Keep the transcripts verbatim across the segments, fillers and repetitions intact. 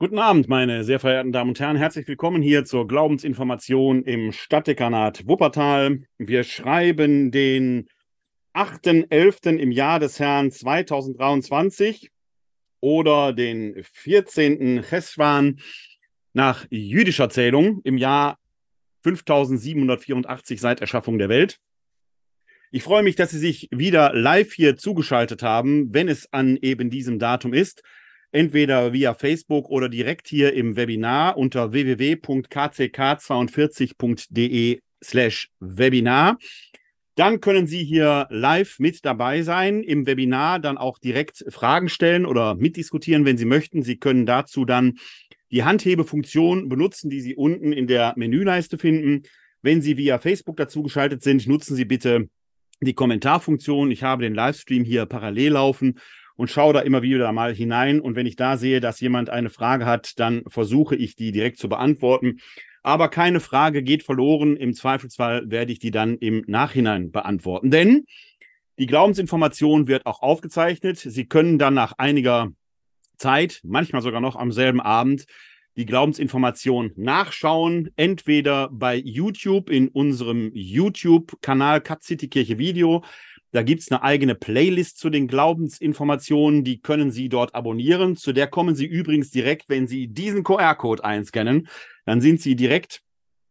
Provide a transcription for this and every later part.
Guten Abend, meine sehr verehrten Damen und Herren. Herzlich willkommen hier zur Glaubensinformation im Stadtdekanat Wuppertal. Wir schreiben den achten elften im Jahr des Herrn zweitausenddreiundzwanzig oder den vierzehnten Cheshvan nach jüdischer Zählung im Jahr fünftausendsiebenhundertvierundachtzig seit Erschaffung der Welt. Ich freue mich, dass Sie sich wieder live hier zugeschaltet haben, wenn es an eben diesem Datum ist. Entweder via Facebook oder direkt hier im Webinar unter w w w punkt k c k zweiundvierzig punkt d e slash Webinar. Dann können Sie hier live mit dabei sein, im Webinar dann auch direkt Fragen stellen oder mitdiskutieren, wenn Sie möchten. Sie können dazu dann die Handhebefunktion benutzen, die Sie unten in der Menüleiste finden. Wenn Sie via Facebook dazu geschaltet sind, nutzen Sie bitte die Kommentarfunktion. Ich habe den Livestream hier parallel laufen und schaue da immer wieder mal hinein. Und wenn ich da sehe, dass jemand eine Frage hat, dann versuche ich, die direkt zu beantworten. Aber keine Frage geht verloren. Im Zweifelsfall werde ich die dann im Nachhinein beantworten. Denn die Glaubensinformation wird auch aufgezeichnet. Sie können dann nach einiger Zeit, manchmal sogar noch am selben Abend, die Glaubensinformation nachschauen, entweder bei YouTube in unserem YouTube-Kanal Cut City Kirche Video. Da gibt es eine eigene Playlist zu den Glaubensinformationen, die können Sie dort abonnieren. Zu der kommen Sie übrigens direkt, wenn Sie diesen Q R-Code einscannen. Dann sind Sie direkt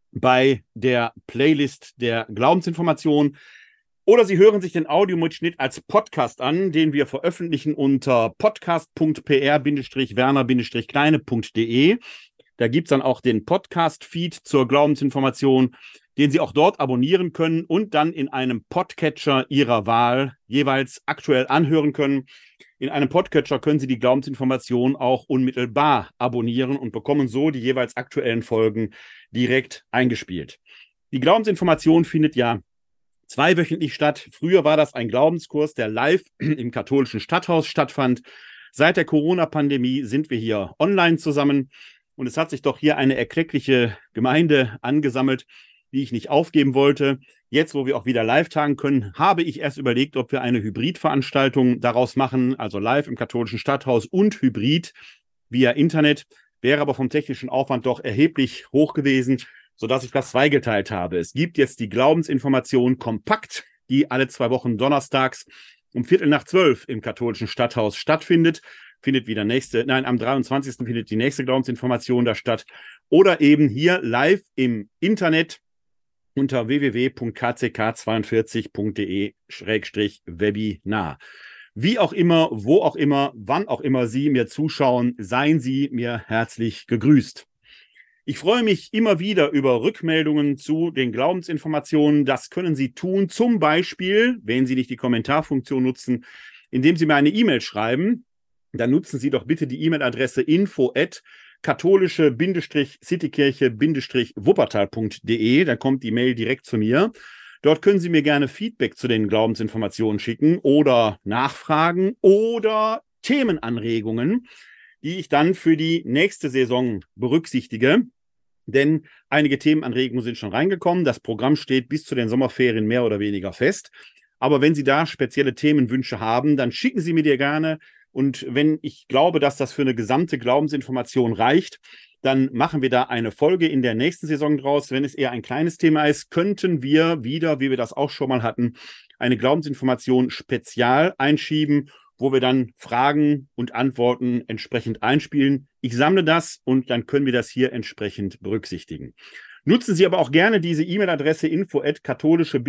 bei der Playlist der Glaubensinformationen. Oder Sie hören sich den Audiomitschnitt als Podcast an, den wir veröffentlichen unter podcast punkt p r werner kleine punkt d e. Da gibt es dann auch den Podcast-Feed zur Glaubensinformation, den Sie auch dort abonnieren können und dann in einem Podcatcher Ihrer Wahl jeweils aktuell anhören können. In einem Podcatcher können Sie die Glaubensinformation auch unmittelbar abonnieren und bekommen so die jeweils aktuellen Folgen direkt eingespielt. Die Glaubensinformation findet ja zweiwöchentlich statt. Früher war das ein Glaubenskurs, der live im katholischen Stadthaus stattfand. Seit der Corona-Pandemie sind wir hier online zusammen und es hat sich doch hier eine erkleckliche Gemeinde angesammelt, die ich nicht aufgeben wollte. Jetzt, wo wir auch wieder live tagen können, habe ich erst überlegt, ob wir eine Hybridveranstaltung daraus machen, also live im katholischen Stadthaus und Hybrid via Internet. Wäre aber vom technischen Aufwand doch erheblich hoch gewesen, sodass ich das zweigeteilt habe. Es gibt jetzt die Glaubensinformation kompakt, die alle zwei Wochen donnerstags um Viertel nach zwölf im katholischen Stadthaus stattfindet. Findet wieder nächste, nein, am dreiundzwanzigsten findet die nächste Glaubensinformation da statt. Oder eben hier live im Internet unter w w w punkt k c k zweiundvierzig punkt d e schrägstrich Webinar. Wie auch immer, wo auch immer, wann auch immer Sie mir zuschauen, seien Sie mir herzlich gegrüßt. Ich freue mich immer wieder über Rückmeldungen zu den Glaubensinformationen. Das können Sie tun, zum Beispiel, wenn Sie nicht die Kommentarfunktion nutzen, indem Sie mir eine E-Mail schreiben. Dann nutzen Sie doch bitte die E-Mail-Adresse info at katholische Citykirche Wuppertal punkt d e. Da kommt die Mail direkt zu mir. Dort können Sie mir gerne Feedback zu den Glaubensinformationen schicken oder Nachfragen oder Themenanregungen, die ich dann für die nächste Saison berücksichtige. Denn einige Themenanregungen sind schon reingekommen. Das Programm steht bis zu den Sommerferien mehr oder weniger fest. Aber wenn Sie da spezielle Themenwünsche haben, dann schicken Sie mir die gerne. Und wenn ich glaube, dass das für eine gesamte Glaubensinformation reicht, dann machen wir da eine Folge in der nächsten Saison draus. Wenn es eher ein kleines Thema ist, könnten wir wieder, wie wir das auch schon mal hatten, eine Glaubensinformation spezial einschieben, wo wir dann Fragen und Antworten entsprechend einspielen. Ich sammle das und dann können wir das hier entsprechend berücksichtigen. Nutzen Sie aber auch gerne diese E-Mail-Adresse info at katholische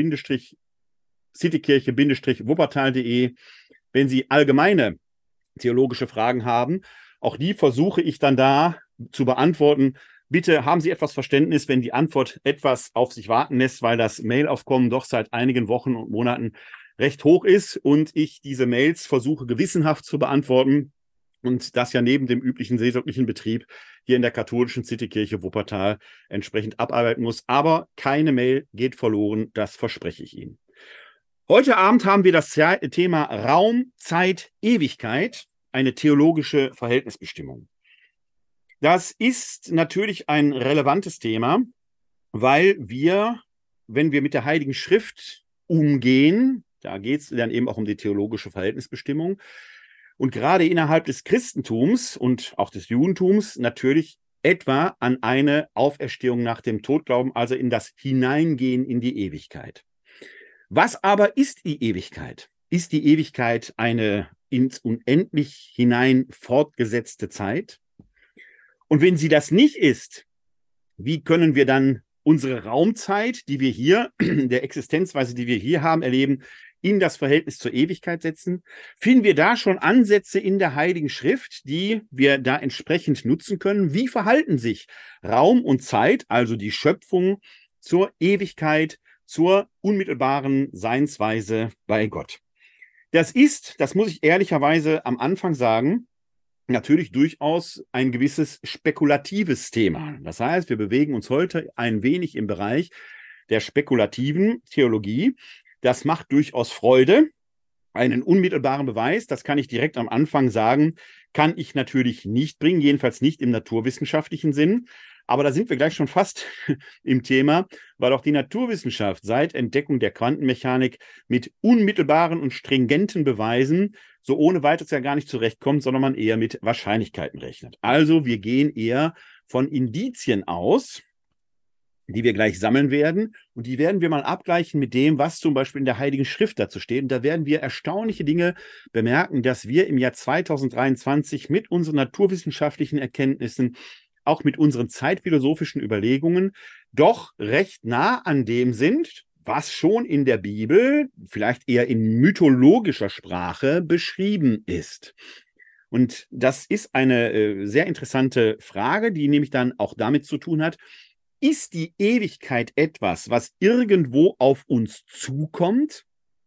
Citykirche Wuppertal punkt d e, wenn Sie allgemeine theologische Fragen haben. Auch die versuche ich dann da zu beantworten. Bitte haben Sie etwas Verständnis, wenn die Antwort etwas auf sich warten lässt, weil das Mailaufkommen doch seit einigen Wochen und Monaten recht hoch ist und ich diese Mails versuche gewissenhaft zu beantworten und das ja neben dem üblichen seelsorglichen Betrieb hier in der katholischen Citykirche Wuppertal entsprechend abarbeiten muss. Aber keine Mail geht verloren, das verspreche ich Ihnen. Heute Abend haben wir das Thema Raum, Zeit, Ewigkeit, eine theologische Verhältnisbestimmung. Das ist natürlich ein relevantes Thema, weil wir, wenn wir mit der Heiligen Schrift umgehen, da geht es dann eben auch um die theologische Verhältnisbestimmung, Und gerade innerhalb des Christentums und auch des Judentums natürlich etwa an eine Auferstehung nach dem Tod glauben, also in das Hineingehen in die Ewigkeit. Was aber ist die Ewigkeit? Ist die Ewigkeit eine ins Unendlich hinein fortgesetzte Zeit? Und wenn sie das nicht ist, wie können wir dann unsere Raumzeit, die wir hier, der Existenzweise, die wir hier haben, erleben, in das Verhältnis zur Ewigkeit setzen? Finden wir da schon Ansätze in der Heiligen Schrift, die wir da entsprechend nutzen können? Wie verhalten sich Raum und Zeit, also die Schöpfung, zur Ewigkeit, zur unmittelbaren Seinsweise bei Gott? Das ist, das muss ich ehrlicherweise am Anfang sagen, natürlich durchaus ein gewisses spekulatives Thema. Das heißt, wir bewegen uns heute ein wenig im Bereich der spekulativen Theologie. Das macht durchaus Freude. Einen unmittelbaren Beweis, das kann ich direkt am Anfang sagen, kann ich natürlich nicht bringen, jedenfalls nicht im naturwissenschaftlichen Sinn. Aber da sind wir gleich schon fast im Thema, weil auch die Naturwissenschaft seit Entdeckung der Quantenmechanik mit unmittelbaren und stringenten Beweisen so ohne weiteres ja gar nicht zurechtkommt, sondern man eher mit Wahrscheinlichkeiten rechnet. Also wir gehen eher von Indizien aus, die wir gleich sammeln werden. Und die werden wir mal abgleichen mit dem, was zum Beispiel in der Heiligen Schrift dazu steht. Und da werden wir erstaunliche Dinge bemerken, dass wir im Jahr zweitausenddreiundzwanzig mit unseren naturwissenschaftlichen Erkenntnissen, auch mit unseren zeitphilosophischen Überlegungen, doch recht nah an dem sind, was schon in der Bibel, vielleicht eher in mythologischer Sprache, beschrieben ist. Und das ist eine äh, sehr interessante Frage, die nämlich dann auch damit zu tun hat, ist die Ewigkeit etwas, was irgendwo auf uns zukommt?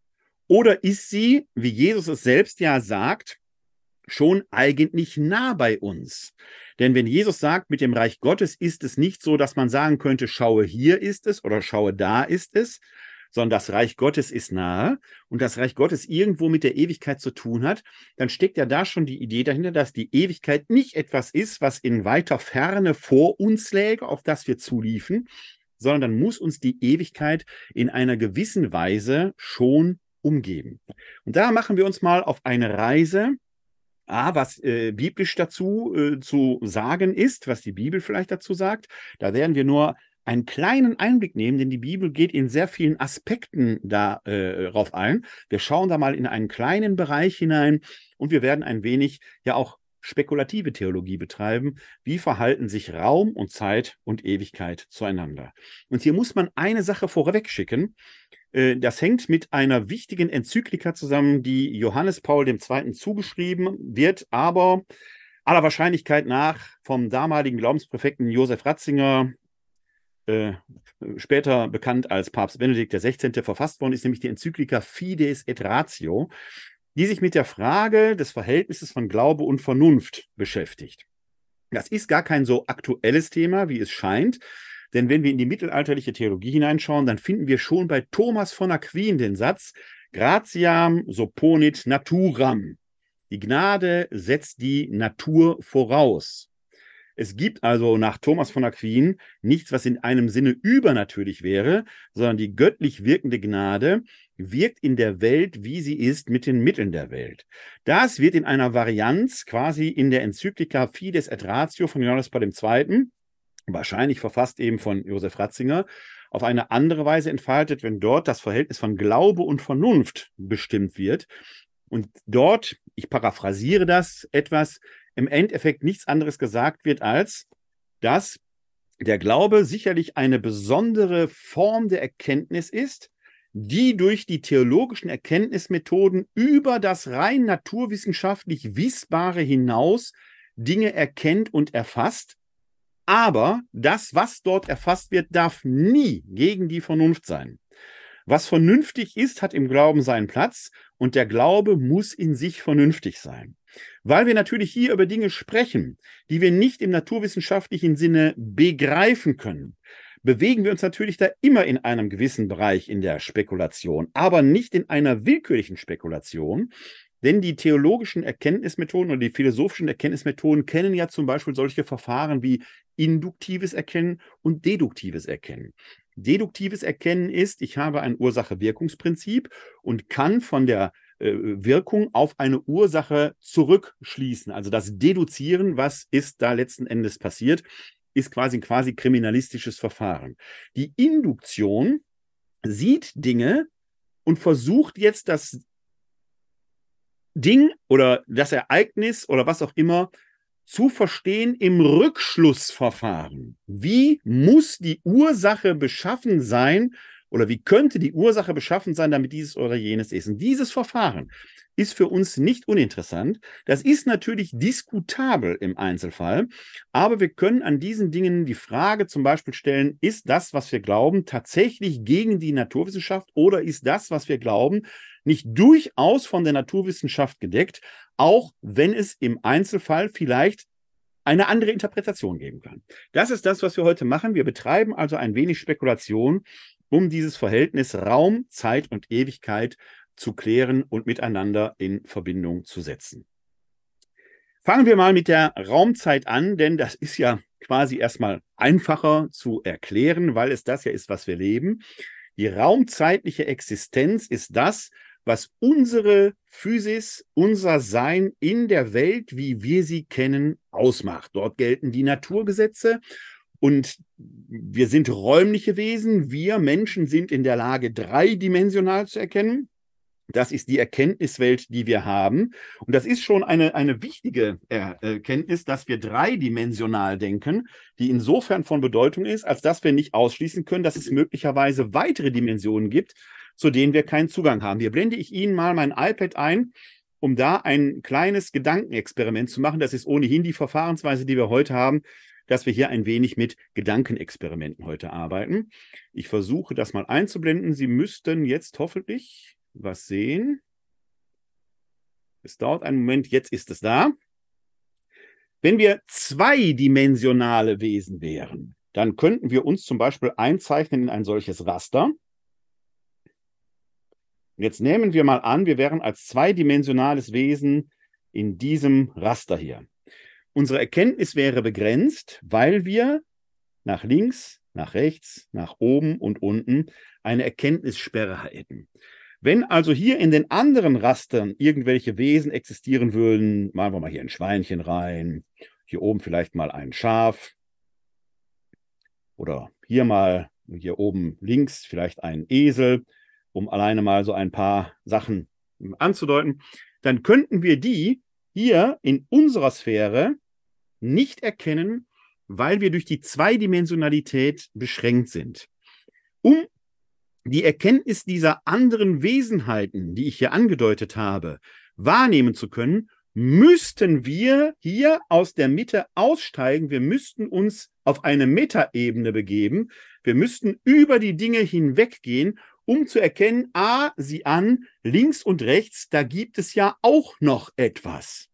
Oder ist sie, wie Jesus es selbst ja sagt, schon eigentlich nah bei uns? Denn wenn Jesus sagt, mit dem Reich Gottes ist es nicht so, dass man sagen könnte, schaue, hier ist es oder schaue, da ist es, sondern das Reich Gottes ist nahe und das Reich Gottes irgendwo mit der Ewigkeit zu tun hat, dann steckt ja da schon die Idee dahinter, dass die Ewigkeit nicht etwas ist, was in weiter Ferne vor uns läge, auf das wir zuliefen, sondern dann muss uns die Ewigkeit in einer gewissen Weise schon umgeben. Und da machen wir uns mal auf eine Reise, A, was äh, biblisch dazu äh, zu sagen ist, was die Bibel vielleicht dazu sagt. Da werden wir nur einen kleinen Einblick nehmen, denn die Bibel geht in sehr vielen Aspekten darauf äh, ein. Wir schauen da mal in einen kleinen Bereich hinein und wir werden ein wenig ja auch spekulative Theologie betreiben. Wie verhalten sich Raum und Zeit und Ewigkeit zueinander? Und hier muss man eine Sache vorweg schicken. Äh, das hängt mit einer wichtigen Enzyklika zusammen, die Johannes Paul der Zweite zugeschrieben wird, aber aller Wahrscheinlichkeit nach vom damaligen Glaubenspräfekten Josef Ratzinger, Äh, später bekannt als Papst Benedikt der Sechzehnte verfasst worden ist, nämlich die Enzyklika Fides et Ratio, die sich mit der Frage des Verhältnisses von Glaube und Vernunft beschäftigt. Das ist gar kein so aktuelles Thema, wie es scheint, denn wenn wir in die mittelalterliche Theologie hineinschauen, dann finden wir schon bei Thomas von Aquin den Satz Gratiam supponit naturam. Die Gnade setzt die Natur voraus. Es gibt also nach Thomas von Aquin nichts, was in einem Sinne übernatürlich wäre, sondern die göttlich wirkende Gnade wirkt in der Welt, wie sie ist, mit den Mitteln der Welt. Das wird in einer Varianz quasi in der Enzyklika Fides et Ratio von Johannes Paul der Zweite, wahrscheinlich verfasst eben von Josef Ratzinger, auf eine andere Weise entfaltet, wenn dort das Verhältnis von Glaube und Vernunft bestimmt wird. Und dort, ich paraphrasiere das etwas, im Endeffekt nichts anderes gesagt wird, als dass der Glaube sicherlich eine besondere Form der Erkenntnis ist, die durch die theologischen Erkenntnismethoden über das rein naturwissenschaftlich Wissbare hinaus Dinge erkennt und erfasst. Aber das, was dort erfasst wird, darf nie gegen die Vernunft sein. Was vernünftig ist, hat im Glauben seinen Platz und der Glaube muss in sich vernünftig sein. Weil wir natürlich hier über Dinge sprechen, die wir nicht im naturwissenschaftlichen Sinne begreifen können, bewegen wir uns natürlich da immer in einem gewissen Bereich in der Spekulation, aber nicht in einer willkürlichen Spekulation, denn die theologischen Erkenntnismethoden oder die philosophischen Erkenntnismethoden kennen ja zum Beispiel solche Verfahren wie induktives Erkennen und deduktives Erkennen. Deduktives Erkennen ist, ich habe ein Ursache-Wirkungsprinzip und kann von der äh, Wirkung auf eine Ursache zurückschließen. Also das Deduzieren, was ist da letzten Endes passiert, ist quasi ein quasi kriminalistisches Verfahren. Die Induktion sieht Dinge und versucht jetzt das Ding oder das Ereignis oder was auch immer zu verstehen im Rückschlussverfahren. Wie muss die Ursache beschaffen sein oder wie könnte die Ursache beschaffen sein, damit dieses oder jenes ist? Und dieses Verfahren ist für uns nicht uninteressant. Das ist natürlich diskutabel im Einzelfall, aber wir können an diesen Dingen die Frage zum Beispiel stellen, ist das, was wir glauben, tatsächlich gegen die Naturwissenschaft oder ist das, was wir glauben, nicht durchaus von der Naturwissenschaft gedeckt, auch wenn es im Einzelfall vielleicht eine andere Interpretation geben kann. Das ist das, was wir heute machen. Wir betreiben also ein wenig Spekulation, um dieses Verhältnis Raum, Zeit und Ewigkeit zu klären und miteinander in Verbindung zu setzen. Fangen wir mal mit der Raumzeit an, denn das ist ja quasi erstmal einfacher zu erklären, weil es das ja ist, was wir leben. Die raumzeitliche Existenz ist das, was unsere Physis, unser Sein in der Welt, wie wir sie kennen, ausmacht. Dort gelten die Naturgesetze und wir sind räumliche Wesen. Wir Menschen sind in der Lage, dreidimensional zu erkennen. Das ist die Erkenntniswelt, die wir haben. Und das ist schon eine, eine wichtige Erkenntnis, dass wir dreidimensional denken, die insofern von Bedeutung ist, als dass wir nicht ausschließen können, dass es möglicherweise weitere Dimensionen gibt, zu denen wir keinen Zugang haben. Hier blende ich Ihnen mal mein iPad ein, um da ein kleines Gedankenexperiment zu machen. Das ist ohnehin die Verfahrensweise, die wir heute haben, dass wir hier ein wenig mit Gedankenexperimenten heute arbeiten. Ich versuche das mal einzublenden. Sie müssten jetzt hoffentlich was sehen. Es dauert einen Moment, jetzt ist es da. Wenn wir zweidimensionale Wesen wären, dann könnten wir uns zum Beispiel einzeichnen in ein solches Raster. Jetzt nehmen wir mal an, wir wären als zweidimensionales Wesen in diesem Raster hier. Unsere Erkenntnis wäre begrenzt, weil wir nach links, nach rechts, nach oben und unten eine Erkenntnissperre hätten. Wenn also hier in den anderen Rastern irgendwelche Wesen existieren würden, machen wir mal hier ein Schweinchen rein, hier oben vielleicht mal ein Schaf oder hier mal, hier oben links vielleicht ein Esel, um alleine mal so ein paar Sachen anzudeuten, dann könnten wir die hier in unserer Sphäre nicht erkennen, weil wir durch die Zweidimensionalität beschränkt sind. Um die Erkenntnis dieser anderen Wesenheiten, die ich hier angedeutet habe, wahrnehmen zu können, müssten wir hier aus der Mitte aussteigen. Wir müssten uns auf eine Metaebene begeben. Wir müssten über die Dinge hinweggehen, um zu erkennen, ah, sieh an, links und rechts, da gibt es ja auch noch etwas.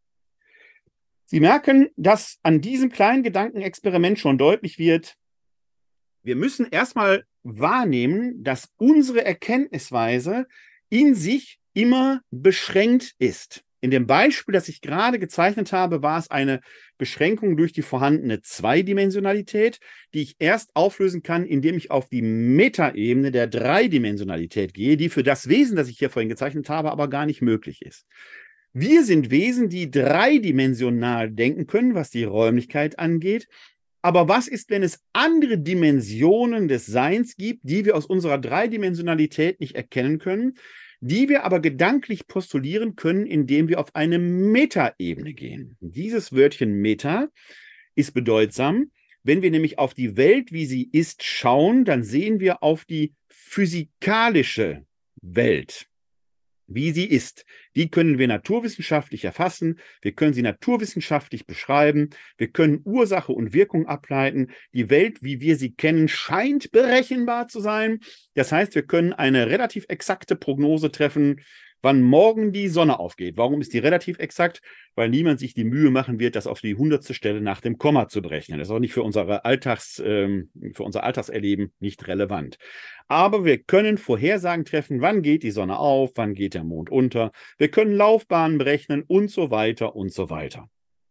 Sie merken, dass an diesem kleinen Gedankenexperiment schon deutlich wird, wir müssen erstmal wahrnehmen, dass unsere Erkenntnisweise in sich immer beschränkt ist. In dem Beispiel, das ich gerade gezeichnet habe, war es eine Beschränkung durch die vorhandene Zweidimensionalität, die ich erst auflösen kann, indem ich auf die Metaebene der Dreidimensionalität gehe, die für das Wesen, das ich hier vorhin gezeichnet habe, aber gar nicht möglich ist. Wir sind Wesen, die dreidimensional denken können, was die Räumlichkeit angeht. Aber was ist, wenn es andere Dimensionen des Seins gibt, die wir aus unserer Dreidimensionalität nicht erkennen können, die wir aber gedanklich postulieren können, indem wir auf eine Metaebene gehen? Dieses Wörtchen Meta ist bedeutsam. Wenn wir nämlich auf die Welt, wie sie ist, schauen, dann sehen wir auf die physikalische Welt, wie sie ist. Die können wir naturwissenschaftlich erfassen, wir können sie naturwissenschaftlich beschreiben, wir können Ursache und Wirkung ableiten. Die Welt, wie wir sie kennen, scheint berechenbar zu sein. Das heißt, wir können eine relativ exakte Prognose treffen, wann morgen die Sonne aufgeht. Warum ist die relativ exakt? Weil niemand sich die Mühe machen wird, das auf die hundertste Stelle nach dem Komma zu berechnen. Das ist auch nicht für, unsere Alltags, ähm, für unser Alltagserleben nicht relevant. Aber wir können Vorhersagen treffen, wann geht die Sonne auf, wann geht der Mond unter. Wir können Laufbahnen berechnen und so weiter und so weiter.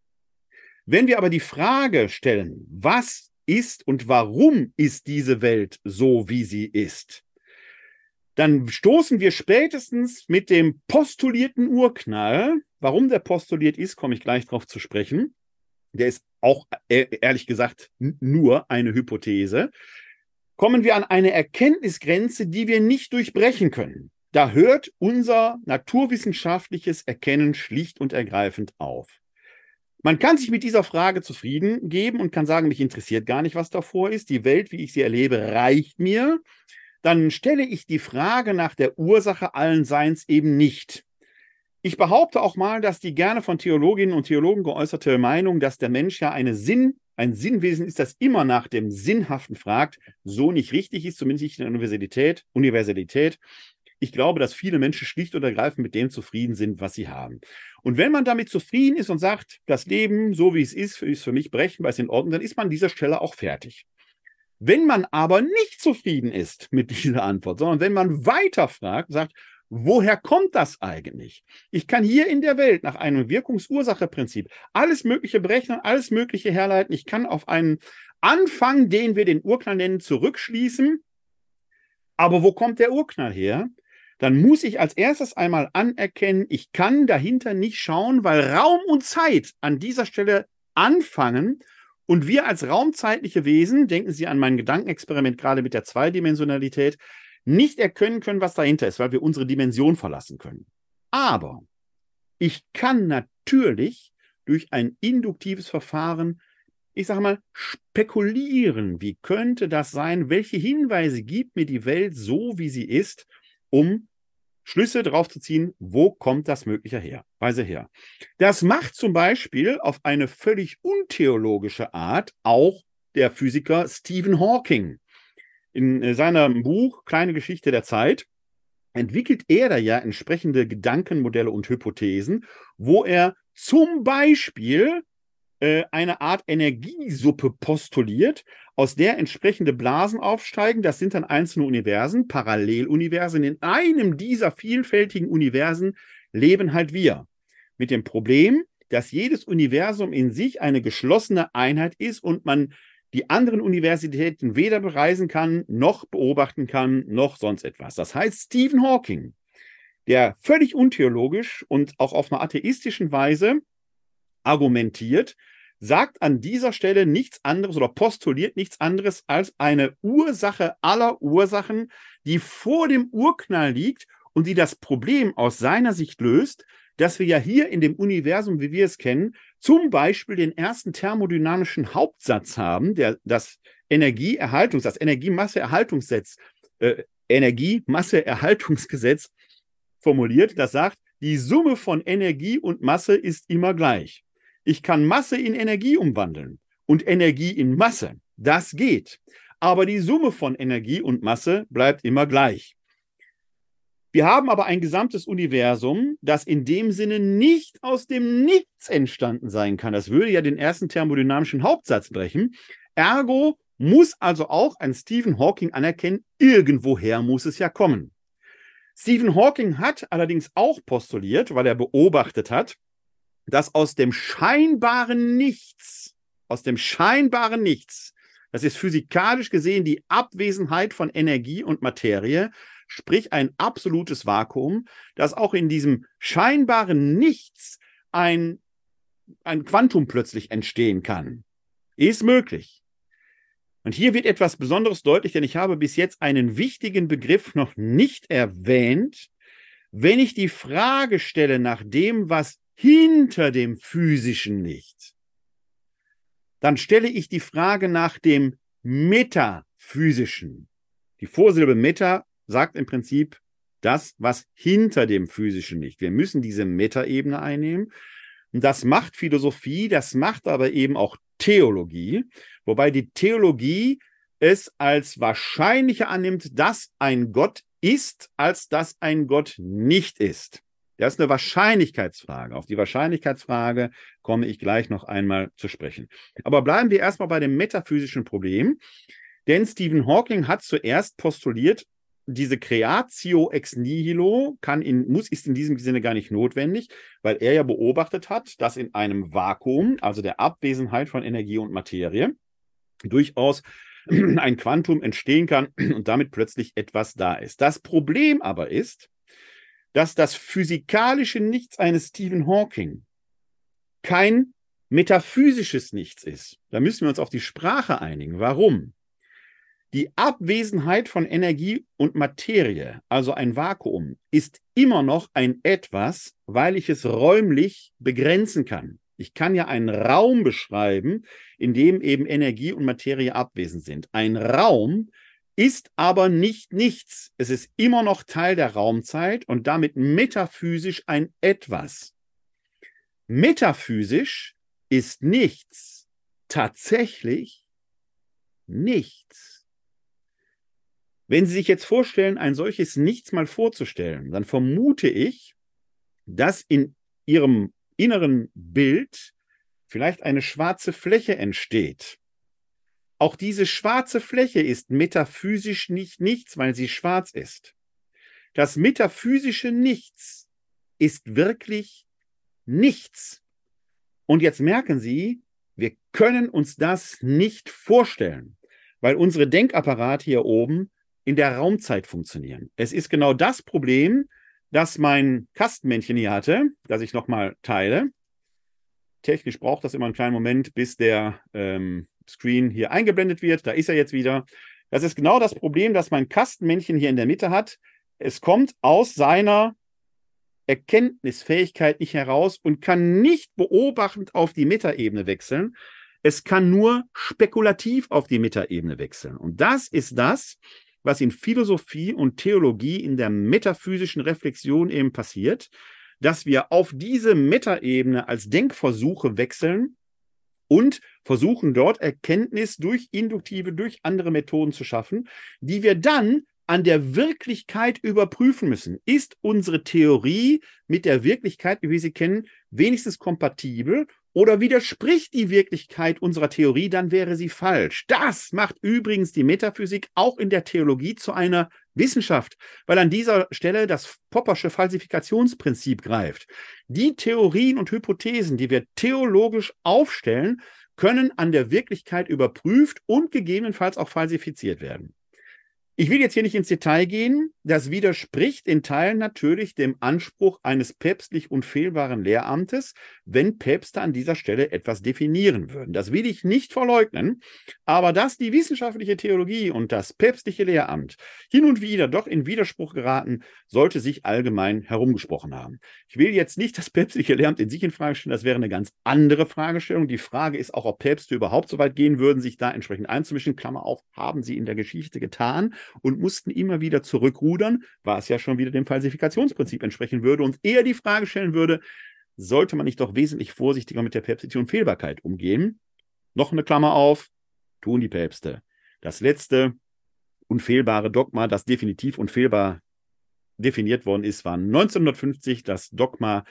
Wenn wir aber die Frage stellen, was ist und warum ist diese Welt so, wie sie ist, dann stoßen wir spätestens mit dem postulierten Urknall. Warum der postuliert ist, komme ich gleich drauf zu sprechen. Der ist auch, ehrlich gesagt, nur eine Hypothese. Kommen wir an eine Erkenntnisgrenze, die wir nicht durchbrechen können. Da hört unser naturwissenschaftliches Erkennen schlicht und ergreifend auf. Man kann sich mit dieser Frage zufrieden geben und kann sagen, mich interessiert gar nicht, was davor ist. Die Welt, wie ich sie erlebe, reicht mir. Dann stelle ich die Frage nach der Ursache allen Seins eben nicht. Ich behaupte auch mal, dass die gerne von Theologinnen und Theologen geäußerte Meinung, dass der Mensch ja eine Sinn, ein Sinnwesen ist, das immer nach dem Sinnhaften fragt, so nicht richtig ist, zumindest nicht in der Universalität. Universalität. Ich glaube, dass viele Menschen schlicht und ergreifend mit dem zufrieden sind, was sie haben. Und wenn man damit zufrieden ist und sagt, das Leben, so wie es ist, ist für mich berechenbar, ist in Ordnung, dann ist man an dieser Stelle auch fertig. Wenn man aber nicht zufrieden ist mit dieser Antwort, sondern wenn man weiter fragt, sagt, woher kommt das eigentlich? Ich kann hier in der Welt nach einem Wirkungsursache-Prinzip alles Mögliche berechnen, alles Mögliche herleiten. Ich kann auf einen Anfang, den wir den Urknall nennen, zurückschließen. Aber wo kommt der Urknall her? Dann muss ich als erstes einmal anerkennen, ich kann dahinter nicht schauen, weil Raum und Zeit an dieser Stelle anfangen. Und wir als raumzeitliche Wesen, denken Sie an mein Gedankenexperiment gerade mit der Zweidimensionalität, nicht erkennen können, was dahinter ist, weil wir unsere Dimension verlassen können. Aber ich kann natürlich durch ein induktives Verfahren, ich sage mal, spekulieren. Wie könnte das sein? Welche Hinweise gibt mir die Welt so, wie sie ist, um Schlüsse darauf zu ziehen, wo kommt das mögliche her, Weise her. Das macht zum Beispiel auf eine völlig untheologische Art auch der Physiker Stephen Hawking. In seinem Buch Kleine Geschichte der Zeit entwickelt er da ja entsprechende Gedankenmodelle und Hypothesen, wo er zum Beispiel äh, eine Art Energiesuppe postuliert, aus der entsprechende Blasen aufsteigen. Das sind dann einzelne Universen, Paralleluniversen. In einem dieser vielfältigen Universen leben halt wir. Mit dem Problem, dass jedes Universum in sich eine geschlossene Einheit ist und man die anderen Universitäten weder bereisen kann, noch beobachten kann, noch sonst etwas. Das heißt, Stephen Hawking, der völlig untheologisch und auch auf einer atheistischen Weise argumentiert, sagt an dieser Stelle nichts anderes oder postuliert nichts anderes als eine Ursache aller Ursachen, die vor dem Urknall liegt und die das Problem aus seiner Sicht löst, dass wir ja hier in dem Universum, wie wir es kennen, zum Beispiel den ersten thermodynamischen Hauptsatz haben, der das Energieerhaltungs-, das Energiemasseerhaltungsgesetz, äh, Energiemasseerhaltungsgesetz formuliert, das sagt, die Summe von Energie und Masse ist immer gleich. Ich kann Masse in Energie umwandeln und Energie in Masse. Das geht. Aber die Summe von Energie und Masse bleibt immer gleich. Wir haben aber ein gesamtes Universum, das in dem Sinne nicht aus dem Nichts entstanden sein kann. Das würde ja den ersten thermodynamischen Hauptsatz brechen. Ergo muss also auch ein Stephen Hawking anerkennen, irgendwoher muss es ja kommen. Stephen Hawking hat allerdings auch postuliert, weil er beobachtet hat, dass aus dem scheinbaren Nichts, aus dem scheinbaren Nichts, das ist physikalisch gesehen die Abwesenheit von Energie und Materie, sprich ein absolutes Vakuum, dass auch in diesem scheinbaren Nichts ein, ein Quantum plötzlich entstehen kann. Ist möglich. Und hier wird etwas Besonderes deutlich, denn ich habe bis jetzt einen wichtigen Begriff noch nicht erwähnt. Wenn ich die Frage stelle nach dem, was hinter dem Physischen liegt, dann stelle ich die Frage nach dem Metaphysischen. Die Vorsilbe Meta sagt im Prinzip das, was hinter dem Physischen liegt. Wir müssen diese Metaebene einnehmen. Und das macht Philosophie, das macht aber eben auch Theologie, wobei die Theologie es als wahrscheinlicher annimmt, dass ein Gott ist, als dass ein Gott nicht ist. Das ist eine Wahrscheinlichkeitsfrage. Auf die Wahrscheinlichkeitsfrage komme ich gleich noch einmal zu sprechen. Aber bleiben wir erstmal bei dem metaphysischen Problem, denn Stephen Hawking hat zuerst postuliert, diese Creatio ex nihilo kann in, muss, ist in diesem Sinne gar nicht notwendig, weil er ja beobachtet hat, dass in einem Vakuum, also der Abwesenheit von Energie und Materie, durchaus ein Quantum entstehen kann und damit plötzlich etwas da ist. Das Problem aber ist, dass das physikalische Nichts eines Stephen Hawking kein metaphysisches Nichts ist. Da müssen wir uns auf die Sprache einigen. Warum? Die Abwesenheit von Energie und Materie, also ein Vakuum, ist immer noch ein Etwas, weil ich es räumlich begrenzen kann. Ich kann ja einen Raum beschreiben, in dem eben Energie und Materie abwesend sind. Ein Raum ist aber nicht nichts. Es ist immer noch Teil der Raumzeit und damit metaphysisch ein Etwas. Metaphysisch ist nichts tatsächlich nichts. Wenn Sie sich jetzt vorstellen, ein solches Nichts mal vorzustellen, dann vermute ich, dass in Ihrem inneren Bild vielleicht eine schwarze Fläche entsteht. Auch diese schwarze Fläche ist metaphysisch nicht nichts, weil sie schwarz ist. Das metaphysische Nichts ist wirklich nichts. Und jetzt merken Sie, wir können uns das nicht vorstellen, weil unsere Denkapparate hier oben in der Raumzeit funktionieren. Es ist genau das Problem, das mein Kastenmännchen hier hatte, das ich nochmal teile. Technisch braucht das immer einen kleinen Moment, bis der ähm, Screen hier eingeblendet wird. Da ist er jetzt wieder. Das ist genau das Problem, das mein Kastenmännchen hier in der Mitte hat. Es kommt aus seiner Erkenntnisfähigkeit nicht heraus und kann nicht beobachtend auf die Metaebene wechseln. Es kann nur spekulativ auf die Metaebene wechseln. Und das ist das, was in Philosophie und Theologie in der metaphysischen Reflexion eben passiert, dass wir auf diese Metaebene als Denkversuche wechseln und versuchen dort Erkenntnis durch induktive, durch andere Methoden zu schaffen, die wir dann an der Wirklichkeit überprüfen müssen. Ist unsere Theorie mit der Wirklichkeit, wie wir sie kennen, wenigstens kompatibel oder widerspricht die Wirklichkeit unserer Theorie, dann wäre sie falsch. Das macht übrigens die Metaphysik auch in der Theologie zu einer Wissenschaft, weil an dieser Stelle das Poppersche Falsifikationsprinzip greift. Die Theorien und Hypothesen, die wir theologisch aufstellen, können an der Wirklichkeit überprüft und gegebenenfalls auch falsifiziert werden. Ich will jetzt hier nicht ins Detail gehen. Das widerspricht in Teilen natürlich dem Anspruch eines päpstlich unfehlbaren Lehramtes, wenn Päpste an dieser Stelle etwas definieren würden. Das will ich nicht verleugnen, aber dass die wissenschaftliche Theologie und das päpstliche Lehramt hin und wieder doch in Widerspruch geraten, sollte sich allgemein herumgesprochen haben. Ich will jetzt nicht das päpstliche Lehramt in sich in Frage stellen, das wäre eine ganz andere Fragestellung. Die Frage ist auch, ob Päpste überhaupt so weit gehen würden, sich da entsprechend einzumischen. Klammer auf, haben sie in der Geschichte getan und mussten immer wieder zurückrudern, was ja schon wieder dem Falsifikationsprinzip entsprechen würde und eher die Frage stellen würde, sollte man nicht doch wesentlich vorsichtiger mit der päpstlichen Unfehlbarkeit umgehen? Noch eine Klammer auf, tun die Päpste. Das letzte unfehlbare Dogma, das definitiv unfehlbar definiert worden ist, war neunzehnhundertfünfzig das Dogma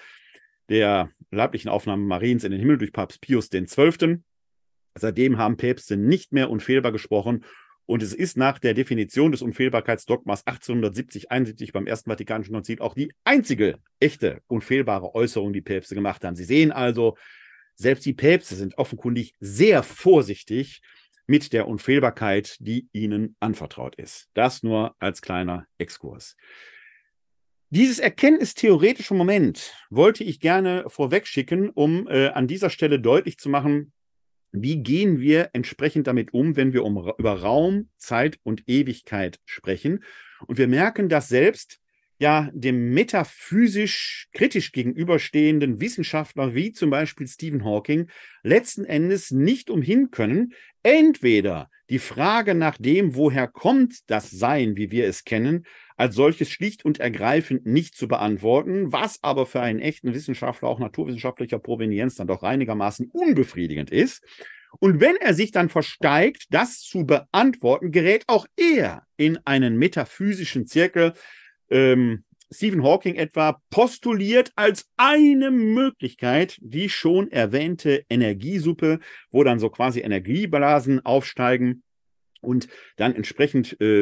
der leiblichen Aufnahme Mariens in den Himmel durch Papst Pius der Zwölfte. Seitdem haben Päpste nicht mehr unfehlbar gesprochen. Und es ist nach der Definition des Unfehlbarkeitsdogmas achtzehnhundertsiebzig einundsiebzig beim Ersten Vatikanischen Konzil auch die einzige echte unfehlbare Äußerung, die Päpste gemacht haben. Sie sehen also, selbst die Päpste sind offenkundig sehr vorsichtig mit der Unfehlbarkeit, die ihnen anvertraut ist. Das nur als kleiner Exkurs. Dieses erkenntnistheoretische Moment wollte ich gerne vorwegschicken, um äh, an dieser Stelle deutlich zu machen, wie gehen wir entsprechend damit um, wenn wir um, über Raum, Zeit und Ewigkeit sprechen? Und wir merken, dass selbst ja dem metaphysisch kritisch gegenüberstehenden Wissenschaftler wie zum Beispiel Stephen Hawking letzten Endes nicht umhin können, entweder die Frage nach dem, woher kommt das Sein, wie wir es kennen, als solches schlicht und ergreifend nicht zu beantworten, was aber für einen echten Wissenschaftler auch naturwissenschaftlicher Provenienz dann doch einigermaßen unbefriedigend ist. Und wenn er sich dann versteigt, das zu beantworten, gerät auch er in einen metaphysischen Zirkel. Ähm, Stephen Hawking etwa postuliert als eine Möglichkeit die schon erwähnte Energiesuppe, wo dann so quasi Energieblasen aufsteigen und dann entsprechend äh,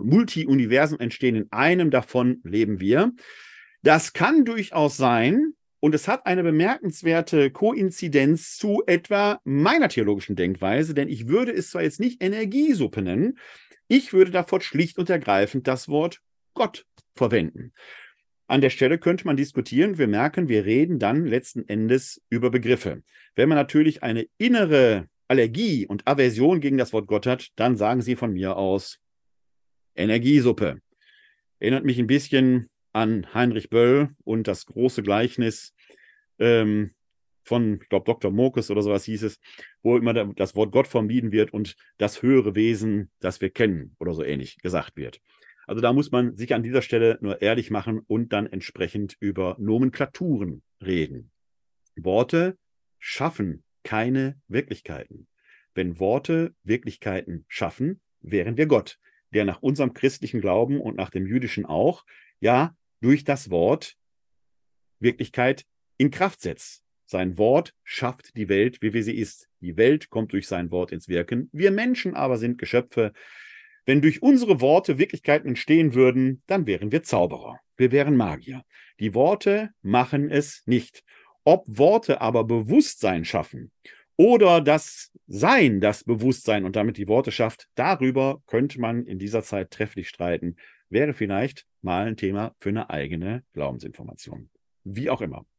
Multi-Universen entstehen. In einem davon leben wir. Das kann durchaus sein, Und es hat eine bemerkenswerte Koinzidenz zu etwa meiner theologischen Denkweise, denn ich würde es zwar jetzt nicht Energiesuppe nennen, ich würde davor schlicht und ergreifend das Wort Gott verwenden. An der Stelle könnte man diskutieren. Wir merken, wir reden dann letzten Endes über Begriffe. Wenn man natürlich eine innere Allergie und Aversion gegen das Wort Gott hat, dann sagen Sie von mir aus Energiesuppe. Erinnert mich ein bisschen an Heinrich Böll und das große Gleichnis ähm, von, ich glaube, Doktor Mokes oder sowas hieß es, wo immer das Wort Gott vermieden wird und das höhere Wesen, das wir kennen oder so ähnlich gesagt wird. Also da muss man sich an dieser Stelle nur ehrlich machen und dann entsprechend über Nomenklaturen reden. Worte schaffen keine Wirklichkeiten. Wenn Worte Wirklichkeiten schaffen, wären wir Gott, der nach unserem christlichen Glauben und nach dem jüdischen auch, ja, durch das Wort Wirklichkeit in Kraft setzt. Sein Wort schafft die Welt, wie sie ist. Die Welt kommt durch sein Wort ins Wirken. Wir Menschen aber sind Geschöpfe. Wenn durch unsere Worte Wirklichkeiten entstehen würden, dann wären wir Zauberer. Wir wären Magier. Die Worte machen es nicht. Ob Worte aber Bewusstsein schaffen oder das Sein, das Bewusstsein und damit die Worte schafft, darüber könnte man in dieser Zeit trefflich streiten. Wäre vielleicht mal ein Thema für eine eigene Glaubensinformation. Wie auch immer.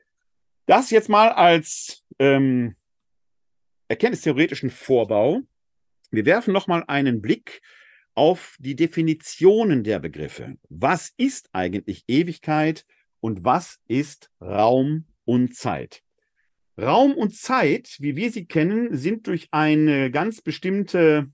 Das jetzt mal als ähm, erkenntnistheoretischen Vorbau. Wir werfen nochmal einen Blick auf die Definitionen der Begriffe. Was ist eigentlich Ewigkeit und was ist Raum und Zeit? Raum und Zeit, wie wir sie kennen, sind durch eine ganz bestimmte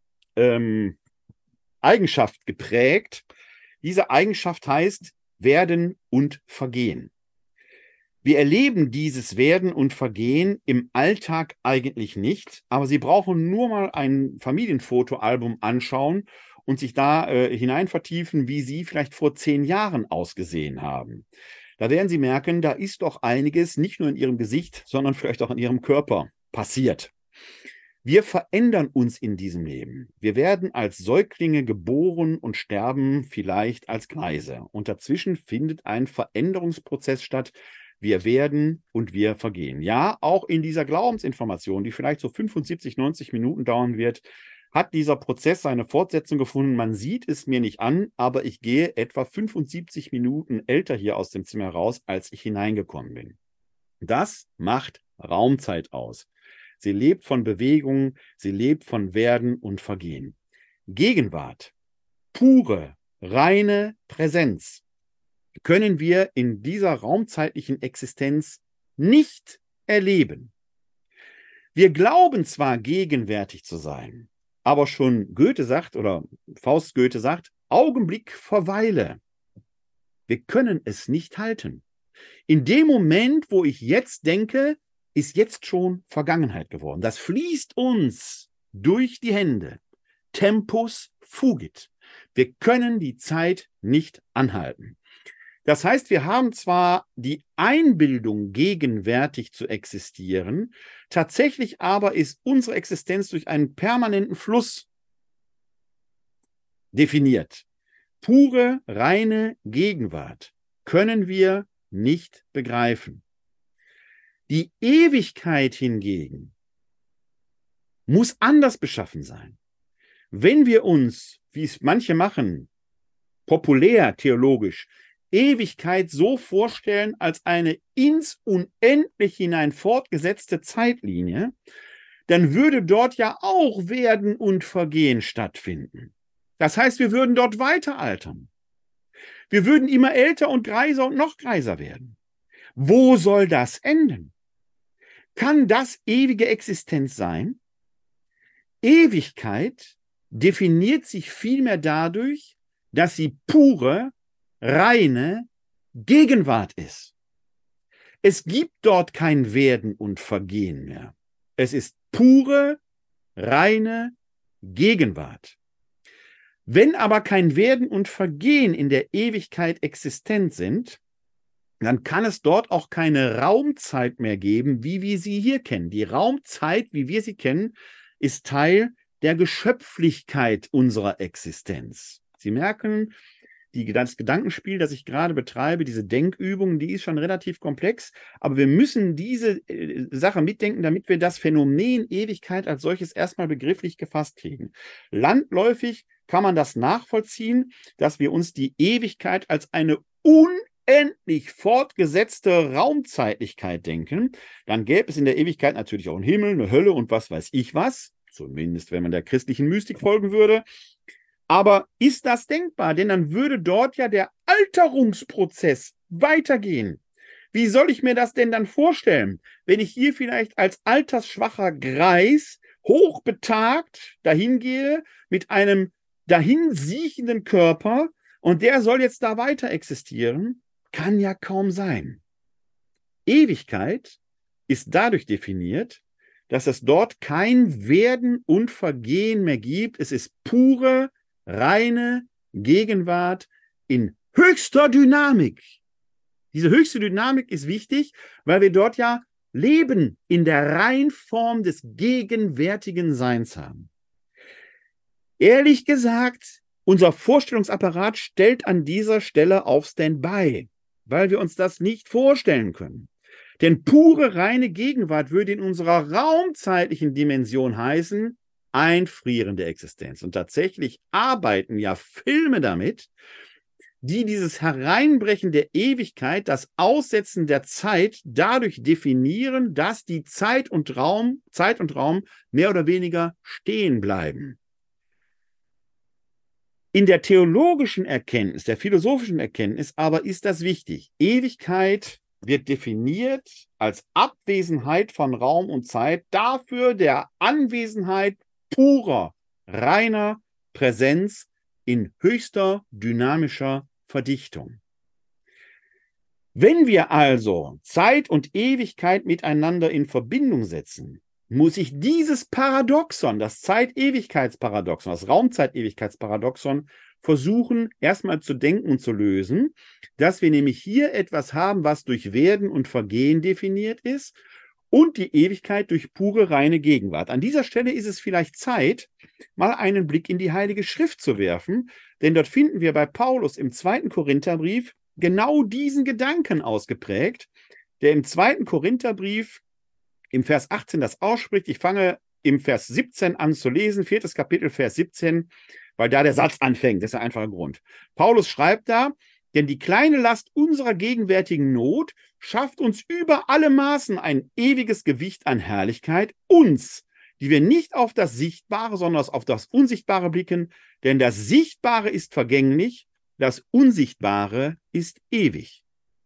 ähm, Eigenschaft geprägt. Diese Eigenschaft heißt Werden und Vergehen. Wir erleben dieses Werden und Vergehen im Alltag eigentlich nicht, aber Sie brauchen nur mal ein Familienfotoalbum anschauen und sich da äh, hinein vertiefen, wie Sie vielleicht vor zehn Jahren ausgesehen haben. Da werden Sie merken, da ist doch einiges nicht nur in Ihrem Gesicht, sondern vielleicht auch in Ihrem Körper passiert. Wir verändern uns in diesem Leben. Wir werden als Säuglinge geboren und sterben vielleicht als Greise. Und dazwischen findet ein Veränderungsprozess statt. Wir werden und wir vergehen. Ja, auch in dieser Glaubensinformation, die vielleicht so fünfundsiebzig, neunzig Minuten dauern wird, hat dieser Prozess seine Fortsetzung gefunden. Man sieht es mir nicht an, aber ich gehe etwa fünfundsiebzig Minuten älter hier aus dem Zimmer raus, als ich hineingekommen bin. Das macht Raumzeit aus. Sie lebt von Bewegung, sie lebt von Werden und Vergehen. Gegenwart, pure, reine Präsenz können wir in dieser raumzeitlichen Existenz nicht erleben. Wir glauben zwar gegenwärtig zu sein, aber schon Goethe sagt, oder Faust Goethe sagt, Augenblick verweile. Wir können es nicht halten. In dem Moment, wo ich jetzt denke, ist jetzt schon Vergangenheit geworden. Das fließt uns durch die Hände. Tempus fugit. Wir können die Zeit nicht anhalten. Das heißt, wir haben zwar die Einbildung, gegenwärtig zu existieren, tatsächlich aber ist unsere Existenz durch einen permanenten Fluss definiert. Pure, reine Gegenwart können wir nicht begreifen. Die Ewigkeit hingegen muss anders beschaffen sein. Wenn wir uns, wie es manche machen, populär theologisch, Ewigkeit so vorstellen als eine ins Unendliche hinein fortgesetzte Zeitlinie, dann würde dort ja auch Werden und Vergehen stattfinden. Das heißt, wir würden dort weiter altern. Wir würden immer älter und greiser und noch greiser werden. Wo soll das enden? Kann das ewige Existenz sein? Ewigkeit definiert sich vielmehr dadurch, dass sie pure, reine Gegenwart ist. Es gibt dort kein Werden und Vergehen mehr. Es ist pure, reine Gegenwart. Wenn aber kein Werden und Vergehen in der Ewigkeit existent sind, dann kann es dort auch keine Raumzeit mehr geben, wie wir sie hier kennen. Die Raumzeit, wie wir sie kennen, ist Teil der Geschöpflichkeit unserer Existenz. Sie merken, die, das Gedankenspiel, das ich gerade betreibe, diese Denkübung, die ist schon relativ komplex, aber wir müssen diese äh, Sache mitdenken, damit wir das Phänomen Ewigkeit als solches erstmal begrifflich gefasst kriegen. Landläufig kann man das nachvollziehen, dass wir uns die Ewigkeit als eine unendlich fortgesetzte Raumzeitlichkeit denken. Dann gäbe es in der Ewigkeit natürlich auch einen Himmel, eine Hölle und was weiß ich was, zumindest wenn man der christlichen Mystik folgen würde. Aber ist das denkbar? Denn dann würde dort ja der Alterungsprozess weitergehen. Wie soll ich mir das denn dann vorstellen, wenn ich hier vielleicht als altersschwacher Greis hochbetagt dahingehe mit einem dahinsiechenden Körper und der soll jetzt da weiter existieren? Kann ja kaum sein. Ewigkeit ist dadurch definiert, dass es dort kein Werden und Vergehen mehr gibt. Es ist pure, reine Gegenwart in höchster Dynamik. Diese höchste Dynamik ist wichtig, weil wir dort ja Leben in der Reinform des gegenwärtigen Seins haben. Ehrlich gesagt, unser Vorstellungsapparat stellt an dieser Stelle auf Standby, weil wir uns das nicht vorstellen können. Denn pure, reine Gegenwart würde in unserer raumzeitlichen Dimension heißen, einfrierende Existenz. Und tatsächlich arbeiten ja Filme damit, die dieses Hereinbrechen der Ewigkeit, das Aussetzen der Zeit dadurch definieren, dass die Zeit und Raum, Zeit und Raum mehr oder weniger stehen bleiben. In der theologischen Erkenntnis, der philosophischen Erkenntnis aber ist das wichtig. Ewigkeit wird definiert als Abwesenheit von Raum und Zeit, dafür der Anwesenheit purer, reiner Präsenz in höchster dynamischer Verdichtung. Wenn wir also Zeit und Ewigkeit miteinander in Verbindung setzen, muss ich dieses Paradoxon, das Zeit-Ewigkeitsparadoxon, das Raumzeit-Ewigkeitsparadoxon versuchen, erstmal zu denken und zu lösen, dass wir nämlich hier etwas haben, was durch Werden und Vergehen definiert ist und die Ewigkeit durch pure, reine Gegenwart. An dieser Stelle ist es vielleicht Zeit, mal einen Blick in die Heilige Schrift zu werfen, denn dort finden wir bei Paulus im zweiten Korintherbrief genau diesen Gedanken ausgeprägt, der im zweiten Korintherbrief im Vers achtzehn das ausspricht. Ich fange im Vers siebzehn an zu lesen, viertes Kapitel, Vers siebzehn, weil da der Satz anfängt. Das ist der einfache Grund. Paulus schreibt da, denn die kleine Last unserer gegenwärtigen Not schafft uns über alle Maßen ein ewiges Gewicht an Herrlichkeit, uns, die wir nicht auf das Sichtbare, sondern auf das Unsichtbare blicken, denn das Sichtbare ist vergänglich, das Unsichtbare ist ewig.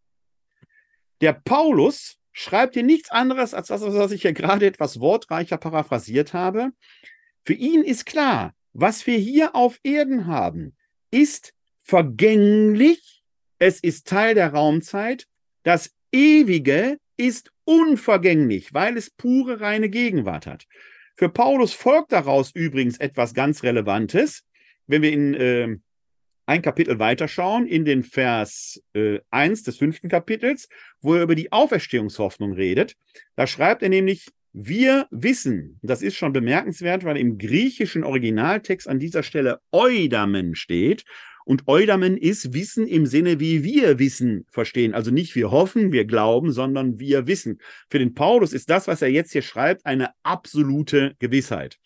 Der Paulus schreibt hier nichts anderes als das, was ich hier gerade etwas wortreicher paraphrasiert habe. Für ihn ist klar, was wir hier auf Erden haben, ist vergänglich, es ist Teil der Raumzeit, das Ewige ist unvergänglich, weil es pure, reine Gegenwart hat. Für Paulus folgt daraus übrigens etwas ganz Relevantes, wenn wir in äh, ein Kapitel weiterschauen, in den Vers äh, eins des fünften Kapitels, wo er über die Auferstehungshoffnung redet. Da schreibt er nämlich, wir wissen, das ist schon bemerkenswert, weil im griechischen Originaltext an dieser Stelle Eudamen steht. Und Eudamen ist Wissen im Sinne, wie wir Wissen verstehen. Also nicht wir hoffen, wir glauben, sondern wir wissen. Für den Paulus ist das, was er jetzt hier schreibt, eine absolute Gewissheit.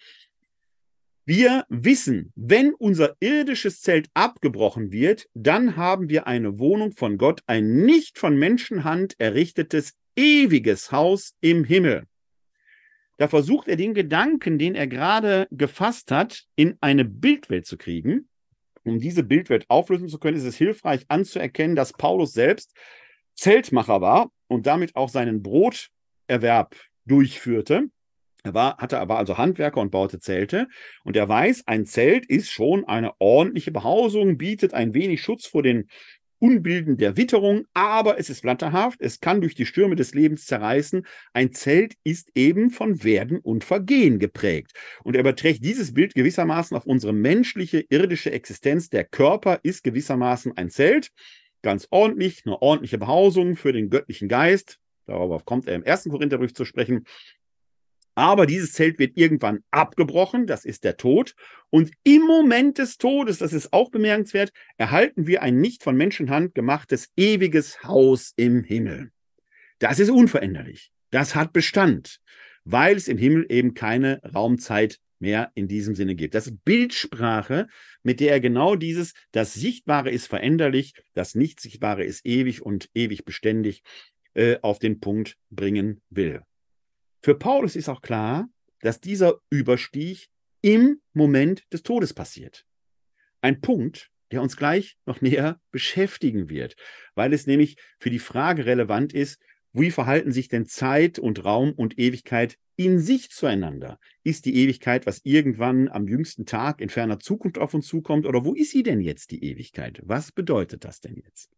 Wir wissen, wenn unser irdisches Zelt abgebrochen wird, dann haben wir eine Wohnung von Gott, ein nicht von Menschenhand errichtetes, ewiges Haus im Himmel. Da versucht er den Gedanken, den er gerade gefasst hat, in eine Bildwelt zu kriegen. Um diese Bildwelt auflösen zu können, ist es hilfreich anzuerkennen, dass Paulus selbst Zeltmacher war und damit auch seinen Broterwerb durchführte. Er war, hatte aber also Handwerker und baute Zelte. Und er weiß, ein Zelt ist schon eine ordentliche Behausung, bietet ein wenig Schutz vor den Unbilden der Witterung, aber es ist flatterhaft, es kann durch die Stürme des Lebens zerreißen. Ein Zelt ist eben von Werden und Vergehen geprägt. Und er überträgt dieses Bild gewissermaßen auf unsere menschliche, irdische Existenz. Der Körper ist gewissermaßen ein Zelt, ganz ordentlich, eine ordentliche Behausung für den göttlichen Geist. Darauf kommt er im ersten Korintherbrief zu sprechen. Aber dieses Zelt wird irgendwann abgebrochen, das ist der Tod. Und im Moment des Todes, das ist auch bemerkenswert, erhalten wir ein nicht von Menschenhand gemachtes ewiges Haus im Himmel. Das ist unveränderlich. Das hat Bestand, weil es im Himmel eben keine Raumzeit mehr in diesem Sinne gibt. Das ist Bildsprache, mit der er genau dieses, das Sichtbare ist veränderlich, das Nicht-Sichtbare ist ewig und ewig beständig, äh, auf den Punkt bringen will. Für Paulus ist auch klar, dass dieser Überstieg im Moment des Todes passiert. Ein Punkt, der uns gleich noch näher beschäftigen wird, weil es nämlich für die Frage relevant ist, wie verhalten sich denn Zeit und Raum und Ewigkeit in sich zueinander? Ist die Ewigkeit, was irgendwann am jüngsten Tag in ferner Zukunft auf uns zukommt, oder wo ist sie denn jetzt, die Ewigkeit? Was bedeutet das denn jetzt?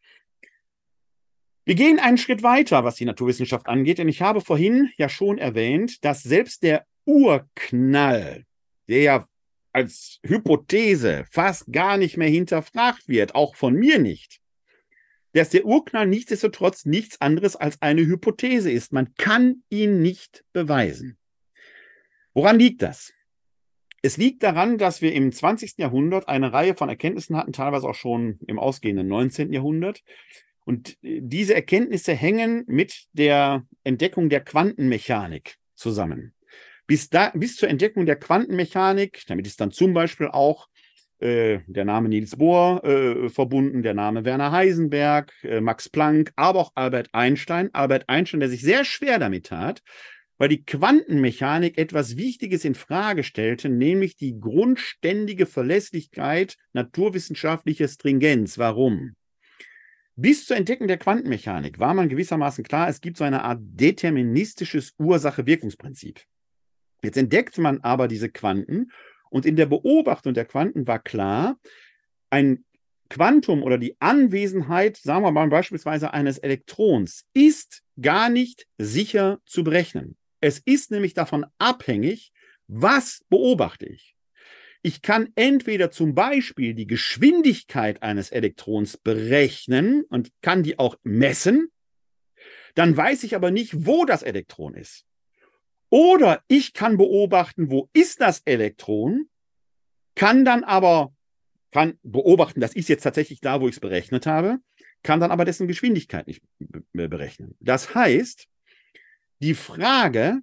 Wir gehen einen Schritt weiter, was die Naturwissenschaft angeht, denn ich habe vorhin ja schon erwähnt, dass selbst der Urknall, der ja als Hypothese fast gar nicht mehr hinterfragt wird, auch von mir nicht, dass der Urknall nichtsdestotrotz nichts anderes als eine Hypothese ist. Man kann ihn nicht beweisen. Woran liegt das? Es liegt daran, dass wir im zwanzigsten Jahrhundert eine Reihe von Erkenntnissen hatten, teilweise auch schon im ausgehenden neunzehnten Jahrhundert. Und diese Erkenntnisse hängen mit der Entdeckung der Quantenmechanik zusammen. Bis, da, bis zur Entdeckung der Quantenmechanik, damit ist dann zum Beispiel auch äh, der Name Niels Bohr äh, verbunden, der Name Werner Heisenberg, äh, Max Planck, aber auch Albert Einstein. Albert Einstein, der sich sehr schwer damit tat, weil die Quantenmechanik etwas Wichtiges in Frage stellte, nämlich die grundständige Verlässlichkeit naturwissenschaftlicher Stringenz. Warum? Bis zur Entdeckung der Quantenmechanik war man gewissermaßen klar, es gibt so eine Art deterministisches Ursache-Wirkungsprinzip. Jetzt entdeckte man aber diese Quanten und in der Beobachtung der Quanten war klar, ein Quantum oder die Anwesenheit, sagen wir mal beispielsweise eines Elektrons, ist gar nicht sicher zu berechnen. Es ist nämlich davon abhängig, was beobachte ich. Ich kann entweder zum Beispiel die Geschwindigkeit eines Elektrons berechnen und kann die auch messen, dann weiß ich aber nicht, wo das Elektron ist. Oder ich kann beobachten, wo ist das Elektron, kann dann aber kann beobachten, das ist jetzt tatsächlich da, wo ich es berechnet habe, kann dann aber dessen Geschwindigkeit nicht berechnen. Das heißt, die Frage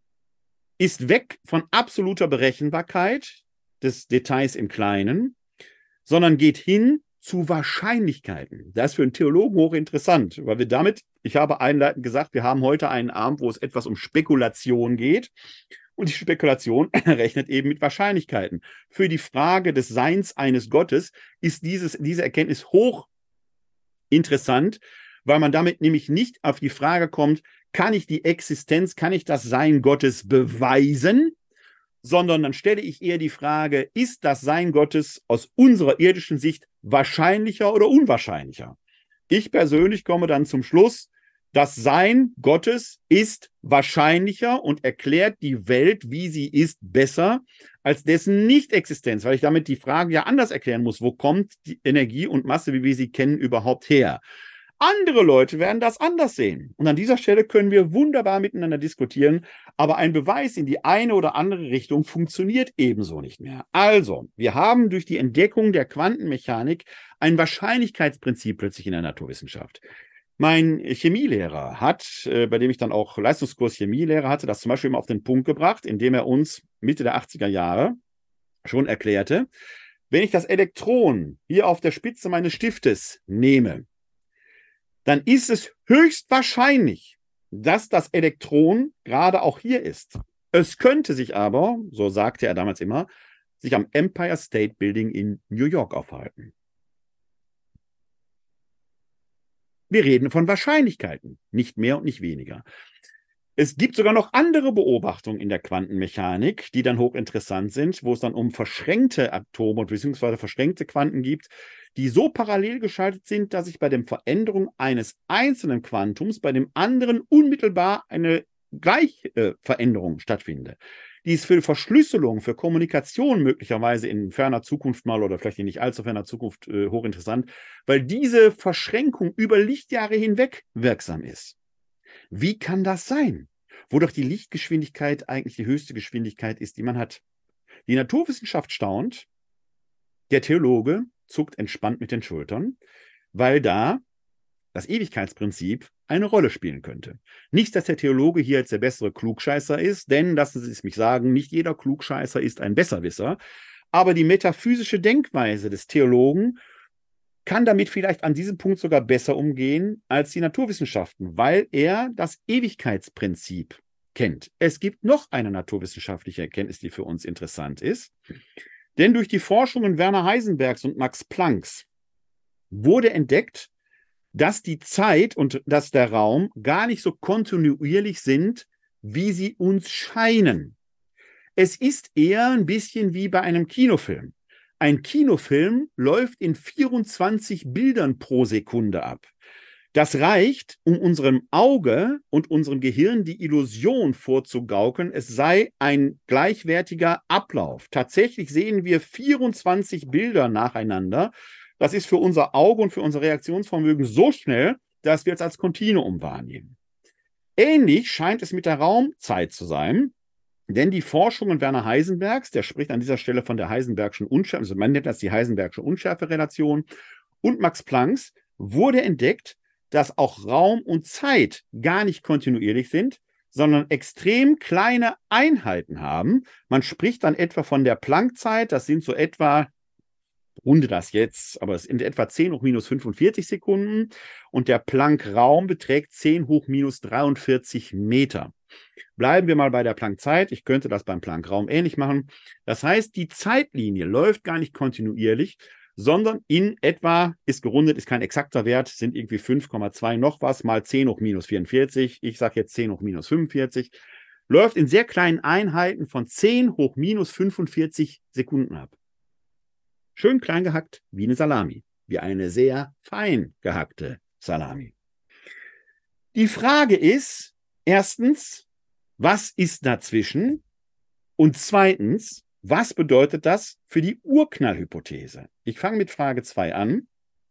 ist weg von absoluter Berechenbarkeit des Details im Kleinen, sondern geht hin zu Wahrscheinlichkeiten. Das ist für einen Theologen hochinteressant, weil wir damit, ich habe einleitend gesagt, wir haben heute einen Abend, wo es etwas um Spekulation geht. Und die Spekulation rechnet eben mit Wahrscheinlichkeiten. Für die Frage des Seins eines Gottes ist dieses, diese Erkenntnis hochinteressant, weil man damit nämlich nicht auf die Frage kommt, kann ich die Existenz, kann ich das Sein Gottes beweisen? Sondern dann stelle ich eher die Frage, ist das Sein Gottes aus unserer irdischen Sicht wahrscheinlicher oder unwahrscheinlicher? Ich persönlich komme dann zum Schluss, das Sein Gottes ist wahrscheinlicher und erklärt die Welt, wie sie ist, besser als dessen Nicht-Existenz, weil ich damit die Frage ja anders erklären muss, wo kommt die Energie und Masse, wie wir sie kennen, überhaupt her? Andere Leute werden das anders sehen. Und an dieser Stelle können wir wunderbar miteinander diskutieren, aber ein Beweis in die eine oder andere Richtung funktioniert ebenso nicht mehr. Also, wir haben durch die Entdeckung der Quantenmechanik ein Wahrscheinlichkeitsprinzip plötzlich in der Naturwissenschaft. Mein Chemielehrer hat, äh, bei dem ich dann auch Leistungskurs Chemielehrer hatte, das zum Beispiel immer auf den Punkt gebracht, indem er uns Mitte der achtziger Jahre schon erklärte, wenn ich das Elektron hier auf der Spitze meines Stiftes nehme, dann ist es höchstwahrscheinlich, dass das Elektron gerade auch hier ist. Es könnte sich aber, so sagte er damals immer, sich am Empire State Building in New York aufhalten. Wir reden von Wahrscheinlichkeiten, nicht mehr und nicht weniger. Es gibt sogar noch andere Beobachtungen in der Quantenmechanik, die dann hochinteressant sind, wo es dann um verschränkte Atome bzw. verschränkte Quanten gibt, die so parallel geschaltet sind, dass sich bei der Veränderung eines einzelnen Quantums bei dem anderen unmittelbar eine Gleichveränderung äh, stattfindet. Die ist für Verschlüsselung, für Kommunikation möglicherweise in ferner Zukunft mal oder vielleicht in nicht allzu ferner Zukunft äh, hochinteressant, weil diese Verschränkung über Lichtjahre hinweg wirksam ist. Wie kann das sein? wo doch die Lichtgeschwindigkeit eigentlich die höchste Geschwindigkeit ist, die man hat. Die Naturwissenschaft staunt, der Theologe zuckt entspannt mit den Schultern, weil da das Ewigkeitsprinzip eine Rolle spielen könnte. Nicht, dass der Theologe hier jetzt der bessere Klugscheißer ist, denn, lassen Sie es mich sagen, nicht jeder Klugscheißer ist ein Besserwisser, aber die metaphysische Denkweise des Theologen kann damit vielleicht an diesem Punkt sogar besser umgehen als die Naturwissenschaften, weil er das Ewigkeitsprinzip kennt. Es gibt noch eine naturwissenschaftliche Erkenntnis, die für uns interessant ist, denn durch die Forschungen Werner Heisenbergs und Max Plancks wurde entdeckt, dass die Zeit und dass der Raum gar nicht so kontinuierlich sind, wie sie uns scheinen. Es ist eher ein bisschen wie bei einem Kinofilm. Ein Kinofilm läuft in vierundzwanzig Bildern pro Sekunde ab. Das reicht, um unserem Auge und unserem Gehirn die Illusion vorzugaukeln, es sei ein gleichwertiger Ablauf. Tatsächlich sehen wir vierundzwanzig Bilder nacheinander. Das ist für unser Auge und für unser Reaktionsvermögen so schnell, dass wir es als Kontinuum wahrnehmen. Ähnlich scheint es mit der Raumzeit zu sein, denn die Forschungen Werner Heisenbergs, der spricht an dieser Stelle von der Heisenbergschen Unschärfe, also man nennt das die Heisenbergsche Unschärferelation, und Max Plancks wurde entdeckt, dass auch Raum und Zeit gar nicht kontinuierlich sind, sondern extrem kleine Einheiten haben. Man spricht dann etwa von der Planck-Zeit, das sind so etwa, runde das jetzt, aber es sind etwa zehn hoch minus fünfundvierzig Sekunden und der Planck-Raum beträgt zehn hoch minus dreiundvierzig Meter. Bleiben wir mal bei der Planck-Zeit. Ich könnte das beim Planck-Raum ähnlich machen. Das heißt, die Zeitlinie läuft gar nicht kontinuierlich, sondern in etwa, ist gerundet, ist kein exakter Wert, sind irgendwie fünf Komma zwei noch was, mal zehn hoch minus vierundvierzig. Ich sage jetzt zehn hoch minus fünfundvierzig. Läuft in sehr kleinen Einheiten von zehn hoch minus fünfundvierzig Sekunden ab. Schön klein gehackt wie eine Salami, wie eine sehr fein gehackte Salami. Die Frage ist, erstens, was ist dazwischen? Und zweitens, was bedeutet das für die Urknallhypothese? Ich fange mit Frage zwei an.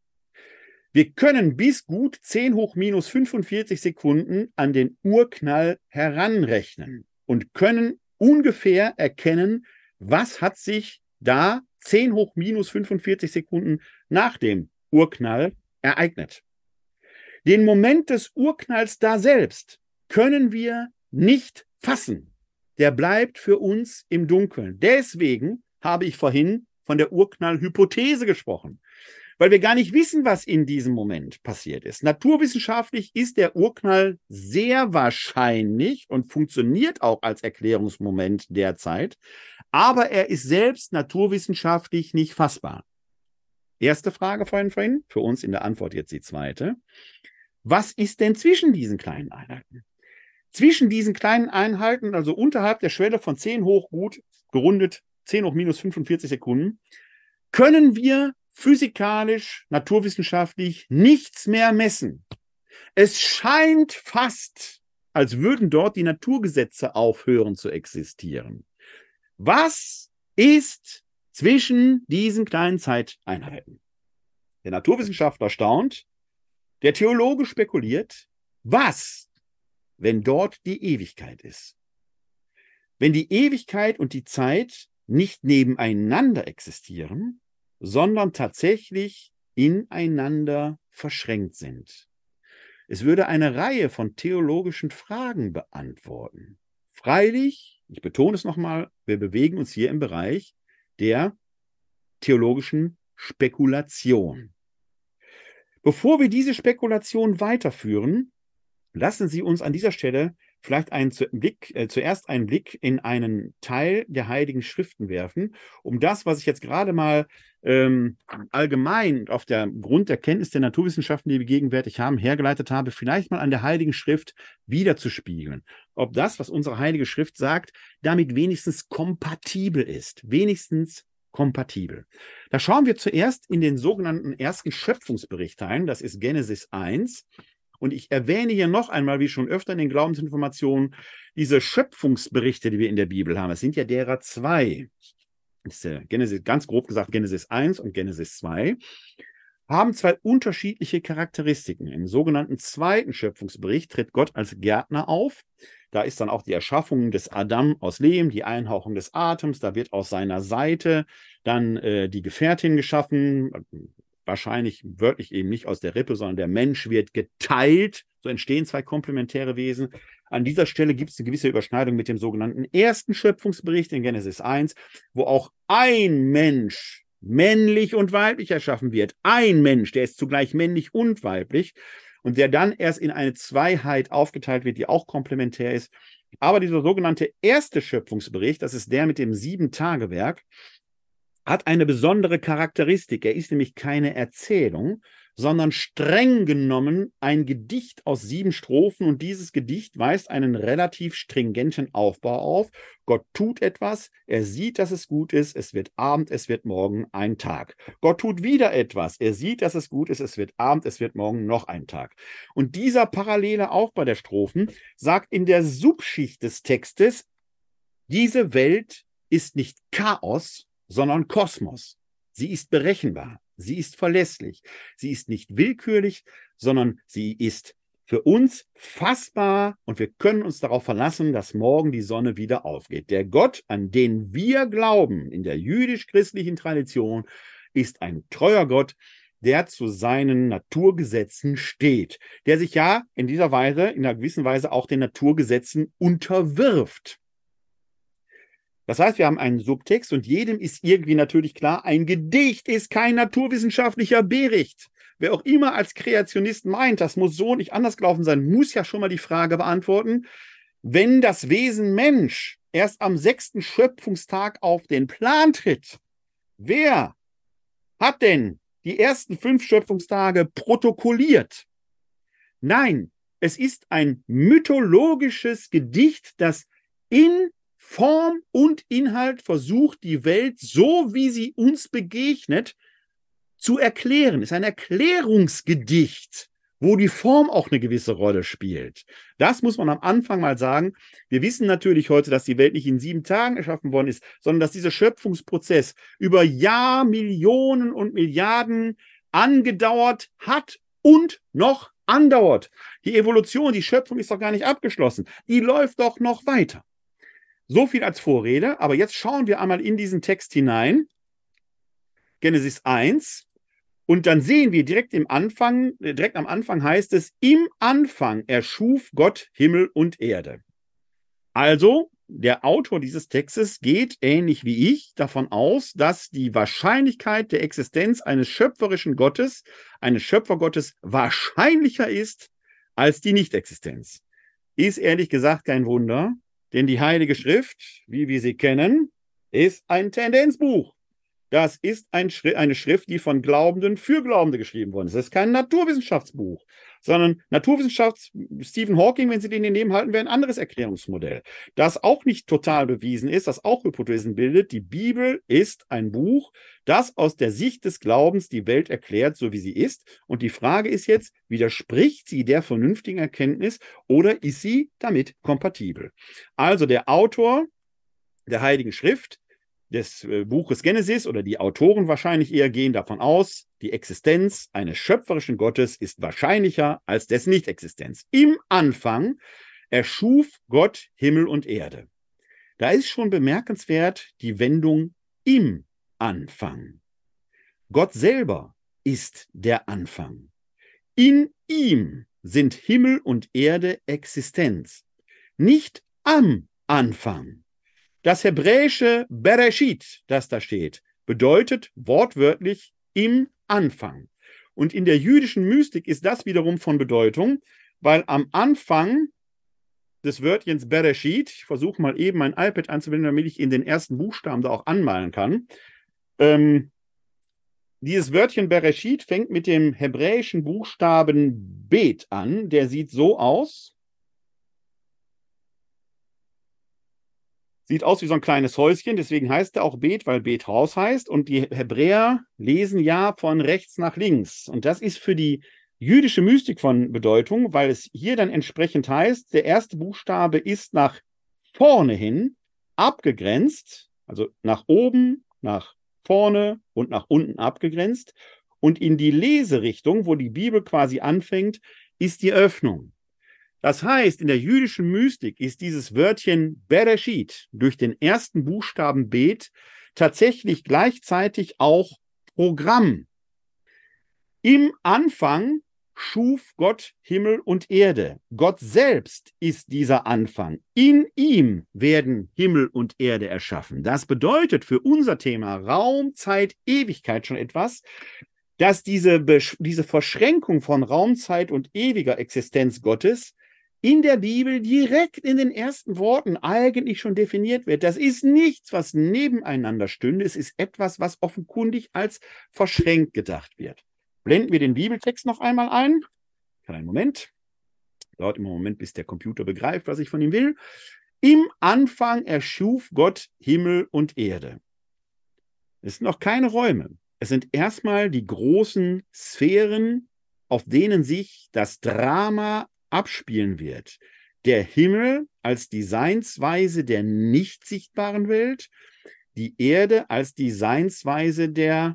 Wir können bis gut zehn hoch minus fünfundvierzig Sekunden an den Urknall heranrechnen und können ungefähr erkennen, was hat sich da zehn hoch minus fünfundvierzig Sekunden nach dem Urknall ereignet. Den Moment des Urknalls da selbst können wir nicht fassen. Der bleibt für uns im Dunkeln. Deswegen habe ich vorhin von der Urknallhypothese gesprochen, weil wir gar nicht wissen, was in diesem Moment passiert ist. Naturwissenschaftlich ist der Urknall sehr wahrscheinlich und funktioniert auch als Erklärungsmoment derzeit, aber er ist selbst naturwissenschaftlich nicht fassbar. Erste Frage vorhin, vorhin, für uns in der Antwort jetzt die zweite. Was ist denn zwischen diesen kleinen Einheiten? Zwischen diesen kleinen Einheiten, also unterhalb der Schwelle von zehn hoch gut, gerundet zehn hoch minus fünfundvierzig Sekunden, können wir physikalisch, naturwissenschaftlich nichts mehr messen. Es scheint fast, als würden dort die Naturgesetze aufhören zu existieren. Was ist zwischen diesen kleinen Zeiteinheiten? Der Naturwissenschaftler staunt, der Theologe spekuliert, was, wenn dort die Ewigkeit ist? Wenn die Ewigkeit und die Zeit nicht nebeneinander existieren, sondern tatsächlich ineinander verschränkt sind. Es würde eine Reihe von theologischen Fragen beantworten. Freilich, ich betone es nochmal, wir bewegen uns hier im Bereich der theologischen Spekulation. Bevor wir diese Spekulation weiterführen, lassen Sie uns an dieser Stelle vielleicht einen Blick, äh, zuerst einen Blick in einen Teil der Heiligen Schriften werfen, um das, was ich jetzt gerade mal ähm, allgemein auf der Grund der Kenntnis der Naturwissenschaften, die wir gegenwärtig haben, hergeleitet habe, vielleicht mal an der Heiligen Schrift wiederzuspiegeln. Ob das, was unsere Heilige Schrift sagt, damit wenigstens kompatibel ist. Wenigstens kompatibel. Da schauen wir zuerst in den sogenannten ersten Schöpfungsbericht ein. Das ist Genesis eins. Und ich erwähne hier noch einmal, wie schon öfter in den Glaubensinformationen, diese Schöpfungsberichte, die wir in der Bibel haben. Es sind ja derer zwei. Das ist der Genesis, ganz grob gesagt Genesis eins und Genesis zwei. haben zwei unterschiedliche Charakteristiken. Im sogenannten zweiten Schöpfungsbericht tritt Gott als Gärtner auf. Da ist dann auch die Erschaffung des Adam aus Lehm, die Einhauchung des Atems. Da wird aus seiner Seite dann äh, die Gefährtin geschaffen. Wahrscheinlich wörtlich eben nicht aus der Rippe, sondern der Mensch wird geteilt. So entstehen zwei komplementäre Wesen. An dieser Stelle gibt es eine gewisse Überschneidung mit dem sogenannten ersten Schöpfungsbericht in Genesis eins, wo auch ein Mensch männlich und weiblich erschaffen wird. Ein Mensch, der ist zugleich männlich und weiblich und der dann erst in eine Zweiheit aufgeteilt wird, die auch komplementär ist. Aber dieser sogenannte erste Schöpfungsbericht, das ist der mit dem Sieben-Tage-Werk, hat eine besondere Charakteristik. Er ist nämlich keine Erzählung, sondern streng genommen ein Gedicht aus sieben Strophen. Und dieses Gedicht weist einen relativ stringenten Aufbau auf. Gott tut etwas, er sieht, dass es gut ist, es wird Abend, es wird morgen ein Tag. Gott tut wieder etwas, er sieht, dass es gut ist, es wird Abend, es wird morgen noch ein Tag. Und dieser parallele Aufbau der Strophen sagt in der Subschicht des Textes, diese Welt ist nicht Chaos, sondern Kosmos. Sie ist berechenbar, sie ist verlässlich, sie ist nicht willkürlich, sondern sie ist für uns fassbar und wir können uns darauf verlassen, dass morgen die Sonne wieder aufgeht. Der Gott, an den wir glauben, in der jüdisch-christlichen Tradition, ist ein treuer Gott, der zu seinen Naturgesetzen steht, der sich ja in dieser Weise, in einer gewissen Weise auch den Naturgesetzen unterwirft. Das heißt, wir haben einen Subtext und jedem ist irgendwie natürlich klar, ein Gedicht ist kein naturwissenschaftlicher Bericht. Wer auch immer als Kreationist meint, das muss so nicht anders gelaufen sein, muss ja schon mal die Frage beantworten, wenn das Wesen Mensch erst am sechsten Schöpfungstag auf den Plan tritt, wer hat denn die ersten fünf Schöpfungstage protokolliert? Nein, es ist ein mythologisches Gedicht, das in Form und Inhalt versucht, die Welt so, wie sie uns begegnet, zu erklären. Es ist ein Erklärungsgedicht, wo die Form auch eine gewisse Rolle spielt. Das muss man am Anfang mal sagen. Wir wissen natürlich heute, dass die Welt nicht in sieben Tagen erschaffen worden ist, sondern dass dieser Schöpfungsprozess über Jahrmillionen und Milliarden angedauert hat und noch andauert. Die Evolution, die Schöpfung ist doch gar nicht abgeschlossen. Die läuft doch noch weiter. So viel als Vorrede, aber jetzt schauen wir einmal in diesen Text hinein, Genesis eins, und dann sehen wir direkt im Anfang, direkt am Anfang heißt es, im Anfang erschuf Gott Himmel und Erde. Also, der Autor dieses Textes geht, ähnlich wie ich, davon aus, dass die Wahrscheinlichkeit der Existenz eines schöpferischen Gottes, eines Schöpfergottes, wahrscheinlicher ist als die Nichtexistenz. Ist ehrlich gesagt kein Wunder, denn die Heilige Schrift, wie wir sie kennen, ist ein Tendenzbuch. Das ist ein Schri- eine Schrift, die von Glaubenden für Glaubende geschrieben worden ist. Das ist kein Naturwissenschaftsbuch, sondern Naturwissenschafts Stephen Hawking, wenn Sie den daneben halten, wäre ein anderes Erklärungsmodell. Das auch nicht total bewiesen ist, das auch Hypothesen bildet. Die Bibel ist ein Buch, das aus der Sicht des Glaubens die Welt erklärt, so wie sie ist. Und die Frage ist jetzt, widerspricht sie der vernünftigen Erkenntnis oder ist sie damit kompatibel? Also der Autor der Heiligen Schrift des äh, Buches Genesis oder die Autoren wahrscheinlich eher gehen davon aus, die Existenz eines schöpferischen Gottes ist wahrscheinlicher als dessen Nichtexistenz. Im Anfang erschuf Gott Himmel und Erde. Da ist schon bemerkenswert die Wendung im Anfang. Gott selber ist der Anfang. In ihm sind Himmel und Erde Existenz, nicht am Anfang. Das hebräische Bereshit, das da steht, bedeutet wortwörtlich im Anfang. Und in der jüdischen Mystik ist das wiederum von Bedeutung, weil am Anfang des Wörtchens Bereshit, ich versuche mal eben mein iPad anzuwenden, damit ich in den ersten Buchstaben da auch anmalen kann. Ähm, dieses Wörtchen Bereshit fängt mit dem hebräischen Buchstaben Bet an. Der sieht so aus. Sieht aus wie so ein kleines Häuschen, deswegen heißt er auch Bet, weil Bet Haus heißt. Und die Hebräer lesen ja von rechts nach links. Und das ist für die jüdische Mystik von Bedeutung, weil es hier dann entsprechend heißt, der erste Buchstabe ist nach vorne hin abgegrenzt, also nach oben, nach vorne und nach unten abgegrenzt. Und in die Leserichtung, wo die Bibel quasi anfängt, ist die Öffnung. Das heißt, in der jüdischen Mystik ist dieses Wörtchen Bereshit durch den ersten Buchstaben Bet tatsächlich gleichzeitig auch Programm. Im Anfang schuf Gott Himmel und Erde. Gott selbst ist dieser Anfang. In ihm werden Himmel und Erde erschaffen. Das bedeutet für unser Thema Raum, Zeit, Ewigkeit schon etwas, dass diese, diese Verschränkung von Raum, Zeit und ewiger Existenz Gottes in der Bibel direkt in den ersten Worten eigentlich schon definiert wird. Das ist nichts, was nebeneinander stünde. Es ist etwas, was offenkundig als verschränkt gedacht wird. Blenden wir den Bibeltext noch einmal ein. Einen Moment. Dauert immer einen Moment, bis der Computer begreift, was ich von ihm will. Im Anfang erschuf Gott Himmel und Erde. Es sind noch keine Räume. Es sind erstmal die großen Sphären, auf denen sich das Drama abspielen wird. Der Himmel als Designsweise der nicht sichtbaren Welt, die Erde als Designsweise der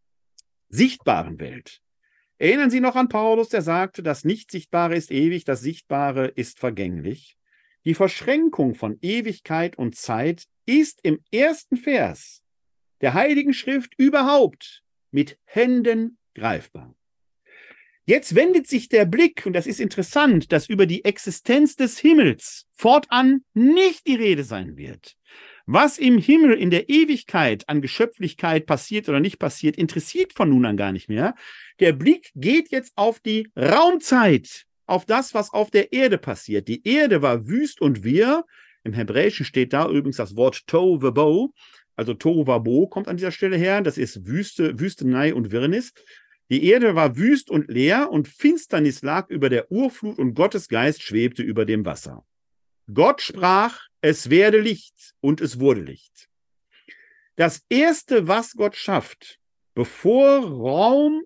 sichtbaren Welt. Erinnern Sie noch an Paulus, der sagte, das Nicht-Sichtbare ist ewig, das Sichtbare ist vergänglich. Die Verschränkung von Ewigkeit und Zeit ist im ersten Vers der Heiligen Schrift überhaupt mit Händen greifbar. Jetzt wendet sich der Blick, und das ist interessant, dass über die Existenz des Himmels fortan nicht die Rede sein wird. Was im Himmel in der Ewigkeit an Geschöpflichkeit passiert oder nicht passiert, interessiert von nun an gar nicht mehr. Der Blick geht jetzt auf die Raumzeit, auf das, was auf der Erde passiert. Die Erde war wüst und wirr. Im Hebräischen steht da übrigens das Wort Tohu Vabo, also Tohu Vabo kommt an dieser Stelle her. Das ist Wüste, Wüstenei und Wirrnis. Die Erde war wüst und leer und Finsternis lag über der Urflut und Gottes Geist schwebte über dem Wasser. Gott sprach, es werde Licht, und es wurde Licht. Das Erste, was Gott schafft, bevor Raum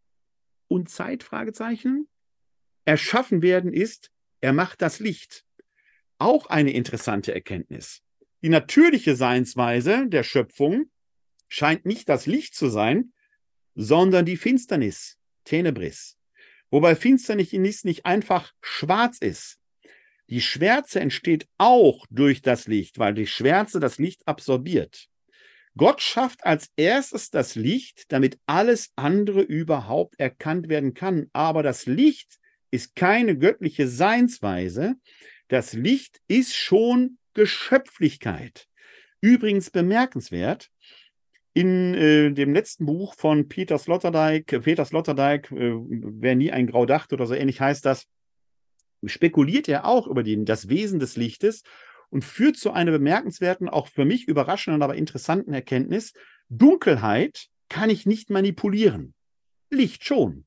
und Zeit, Fragezeichen, erschaffen werden, ist, er macht das Licht. Auch eine interessante Erkenntnis. Die natürliche Seinsweise der Schöpfung scheint nicht das Licht zu sein, sondern die Finsternis, Tenebris. Wobei Finsternis nicht einfach schwarz ist. Die Schwärze entsteht auch durch das Licht, weil die Schwärze das Licht absorbiert. Gott schafft als erstes das Licht, damit alles andere überhaupt erkannt werden kann. Aber das Licht ist keine göttliche Seinsweise. Das Licht ist schon Geschöpflichkeit. Übrigens bemerkenswert, in äh, dem letzten Buch von Peter Sloterdijk, Peter Sloterdijk, äh, wer nie ein Grau dachte oder so ähnlich heißt das, spekuliert er auch über die, das Wesen des Lichtes und führt zu einer bemerkenswerten, auch für mich überraschenden, aber interessanten Erkenntnis. Dunkelheit kann ich nicht manipulieren. Licht schon.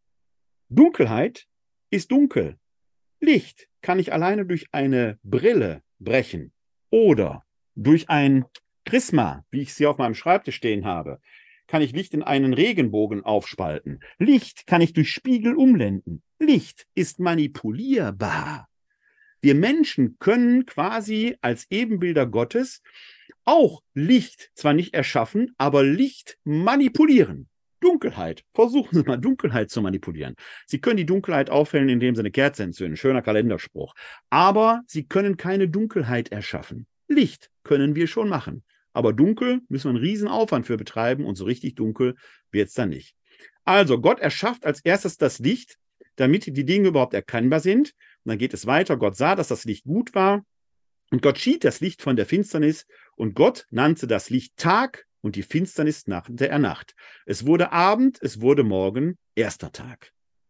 Dunkelheit ist dunkel. Licht kann ich alleine durch eine Brille brechen oder durch ein Prisma, wie ich sie auf meinem Schreibtisch stehen habe, kann ich Licht in einen Regenbogen aufspalten. Licht kann ich durch Spiegel umblenden. Licht ist manipulierbar. Wir Menschen können quasi als Ebenbilder Gottes auch Licht zwar nicht erschaffen, aber Licht manipulieren. Dunkelheit. Versuchen Sie mal, Dunkelheit zu manipulieren. Sie können die Dunkelheit aufhellen, indem Sie eine Kerze entzünden. Schöner Kalenderspruch. Aber Sie können keine Dunkelheit erschaffen. Licht können wir schon machen. Aber dunkel müssen wir einen riesen Aufwand für betreiben und so richtig dunkel wird es dann nicht. Also Gott erschafft als erstes das Licht, damit die Dinge überhaupt erkennbar sind. Und dann geht es weiter. Gott sah, dass das Licht gut war. Und Gott schied das Licht von der Finsternis. Und Gott nannte das Licht Tag und die Finsternis nannte er Nacht. Es wurde Abend, es wurde Morgen, erster Tag.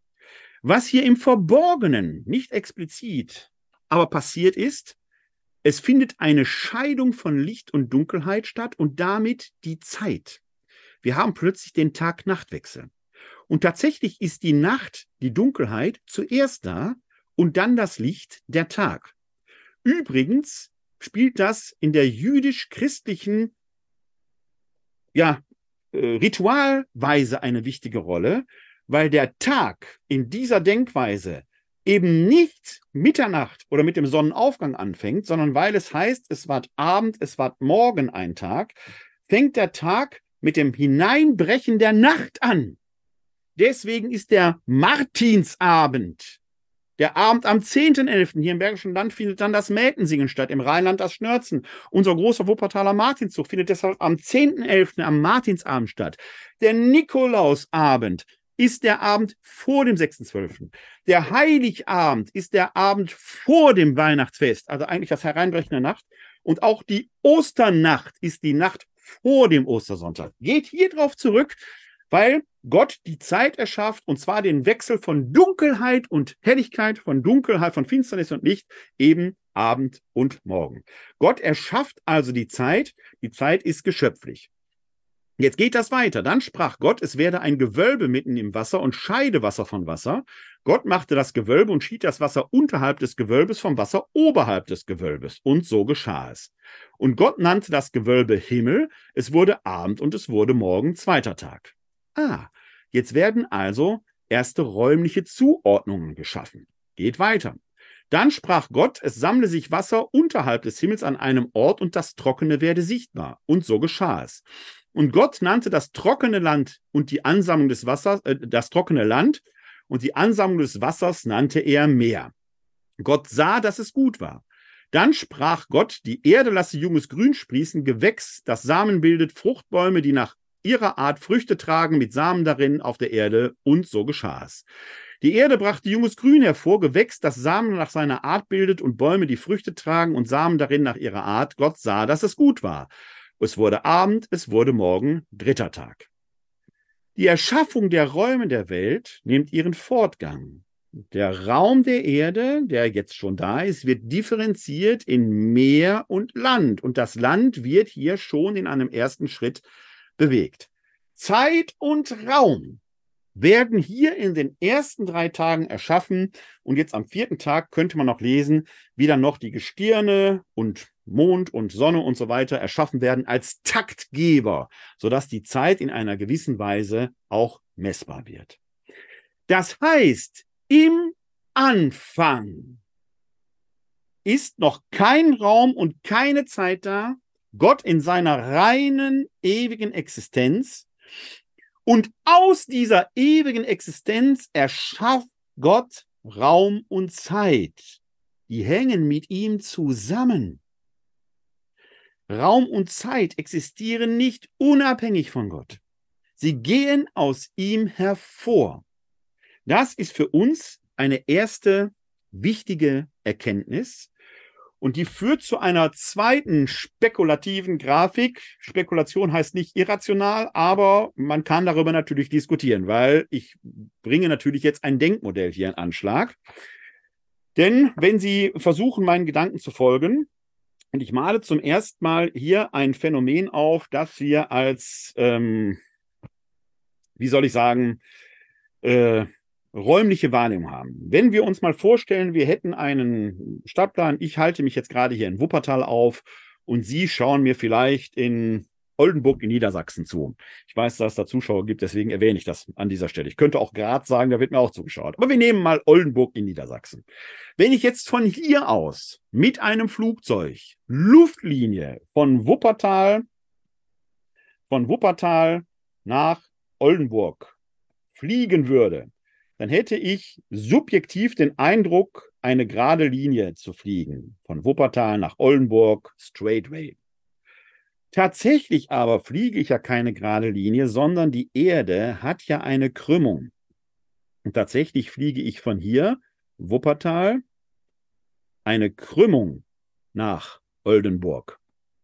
Was hier im Verborgenen, nicht explizit, aber passiert ist, es findet eine Scheidung von Licht und Dunkelheit statt und damit die Zeit. Wir haben plötzlich den Tag-Nacht-Wechsel. Und tatsächlich ist die Nacht, die Dunkelheit, zuerst da und dann das Licht, der Tag. Übrigens spielt das in der jüdisch-christlichen ja, äh, Ritualweise eine wichtige Rolle, weil der Tag in dieser Denkweise eben nicht Mitternacht oder mit dem Sonnenaufgang anfängt, sondern weil es heißt, es ward Abend, es ward Morgen ein Tag, fängt der Tag mit dem Hineinbrechen der Nacht an. Deswegen ist der Martinsabend, der Abend am zehnten elften Hier im Bergischen Land findet dann das Mätensingen statt, im Rheinland das Schnörzen. Unser großer Wuppertaler Martinszug findet deshalb am zehnten elften am Martinsabend statt. Der Nikolausabend ist der Abend vor dem sechsten zwölften Der Heiligabend ist der Abend vor dem Weihnachtsfest, also eigentlich das Hereinbrechen der Nacht. Und auch die Osternacht ist die Nacht vor dem Ostersonntag. Geht hier drauf zurück, weil Gott die Zeit erschafft, und zwar den Wechsel von Dunkelheit und Helligkeit, von Dunkelheit, von Finsternis und Licht, eben Abend und Morgen. Gott erschafft also die Zeit, die Zeit ist geschöpflich. Jetzt geht das weiter. Dann sprach Gott, es werde ein Gewölbe mitten im Wasser und scheide Wasser von Wasser. Gott machte das Gewölbe und schied das Wasser unterhalb des Gewölbes vom Wasser oberhalb des Gewölbes. Und so geschah es. Und Gott nannte das Gewölbe Himmel. Es wurde Abend und es wurde Morgen, zweiter Tag. Ah, jetzt werden also erste räumliche Zuordnungen geschaffen. Geht weiter. Dann sprach Gott, es sammle sich Wasser unterhalb des Himmels an einem Ort und das Trockene werde sichtbar. Und so geschah es. Und Gott nannte das trockene Land und die Ansammlung des Wassers, äh, das trockene Land und die Ansammlung des Wassers nannte er Meer. Gott sah, dass es gut war. Dann sprach Gott, die Erde lasse junges Grün sprießen, Gewächs, das Samen bildet, Fruchtbäume, die nach ihrer Art Früchte tragen, mit Samen darin auf der Erde, und so geschah es. Die Erde brachte junges Grün hervor, Gewächs, das Samen nach seiner Art bildet, und Bäume, die Früchte tragen, und Samen darin nach ihrer Art. Gott sah, dass es gut war. Es wurde Abend, es wurde Morgen, dritter Tag. Die Erschaffung der Räume der Welt nimmt ihren Fortgang. Der Raum der Erde, der jetzt schon da ist, wird differenziert in Meer und Land. Und das Land wird hier schon in einem ersten Schritt bewegt. Zeit und Raum werden hier in den ersten drei Tagen erschaffen. Und jetzt am vierten Tag könnte man noch lesen, wie dann noch die Gestirne und Mond und Sonne und so weiter erschaffen werden als Taktgeber, sodass die Zeit in einer gewissen Weise auch messbar wird. Das heißt, im Anfang ist noch kein Raum und keine Zeit da, Gott in seiner reinen, ewigen Existenz. Und aus dieser ewigen Existenz erschafft Gott Raum und Zeit. Die hängen mit ihm zusammen. Raum und Zeit existieren nicht unabhängig von Gott. Sie gehen aus ihm hervor. Das ist für uns eine erste wichtige Erkenntnis. Und die führt zu einer zweiten spekulativen Grafik. Spekulation heißt nicht irrational, aber man kann darüber natürlich diskutieren, weil ich bringe natürlich jetzt ein Denkmodell hier in Anschlag. Denn wenn Sie versuchen, meinen Gedanken zu folgen, und ich male zum ersten Mal hier ein Phänomen auf, das wir als, ähm, wie soll ich sagen, äh, räumliche Wahrnehmung haben. Wenn wir uns mal vorstellen, wir hätten einen Stadtplan, ich halte mich jetzt gerade hier in Wuppertal auf und Sie schauen mir vielleicht in Oldenburg in Niedersachsen zu. Ich weiß, dass es da Zuschauer gibt, deswegen erwähne ich das an dieser Stelle. Ich könnte auch Graz sagen, da wird mir auch zugeschaut. Aber wir nehmen mal Oldenburg in Niedersachsen. Wenn ich jetzt von hier aus mit einem Flugzeug Luftlinie von Wuppertal, von Wuppertal nach Oldenburg fliegen würde, dann hätte ich subjektiv den Eindruck, eine gerade Linie zu fliegen. Von Wuppertal nach Oldenburg, straightway. Tatsächlich aber fliege ich ja keine gerade Linie, sondern die Erde hat ja eine Krümmung. Und tatsächlich fliege ich von hier, Wuppertal, eine Krümmung nach Oldenburg.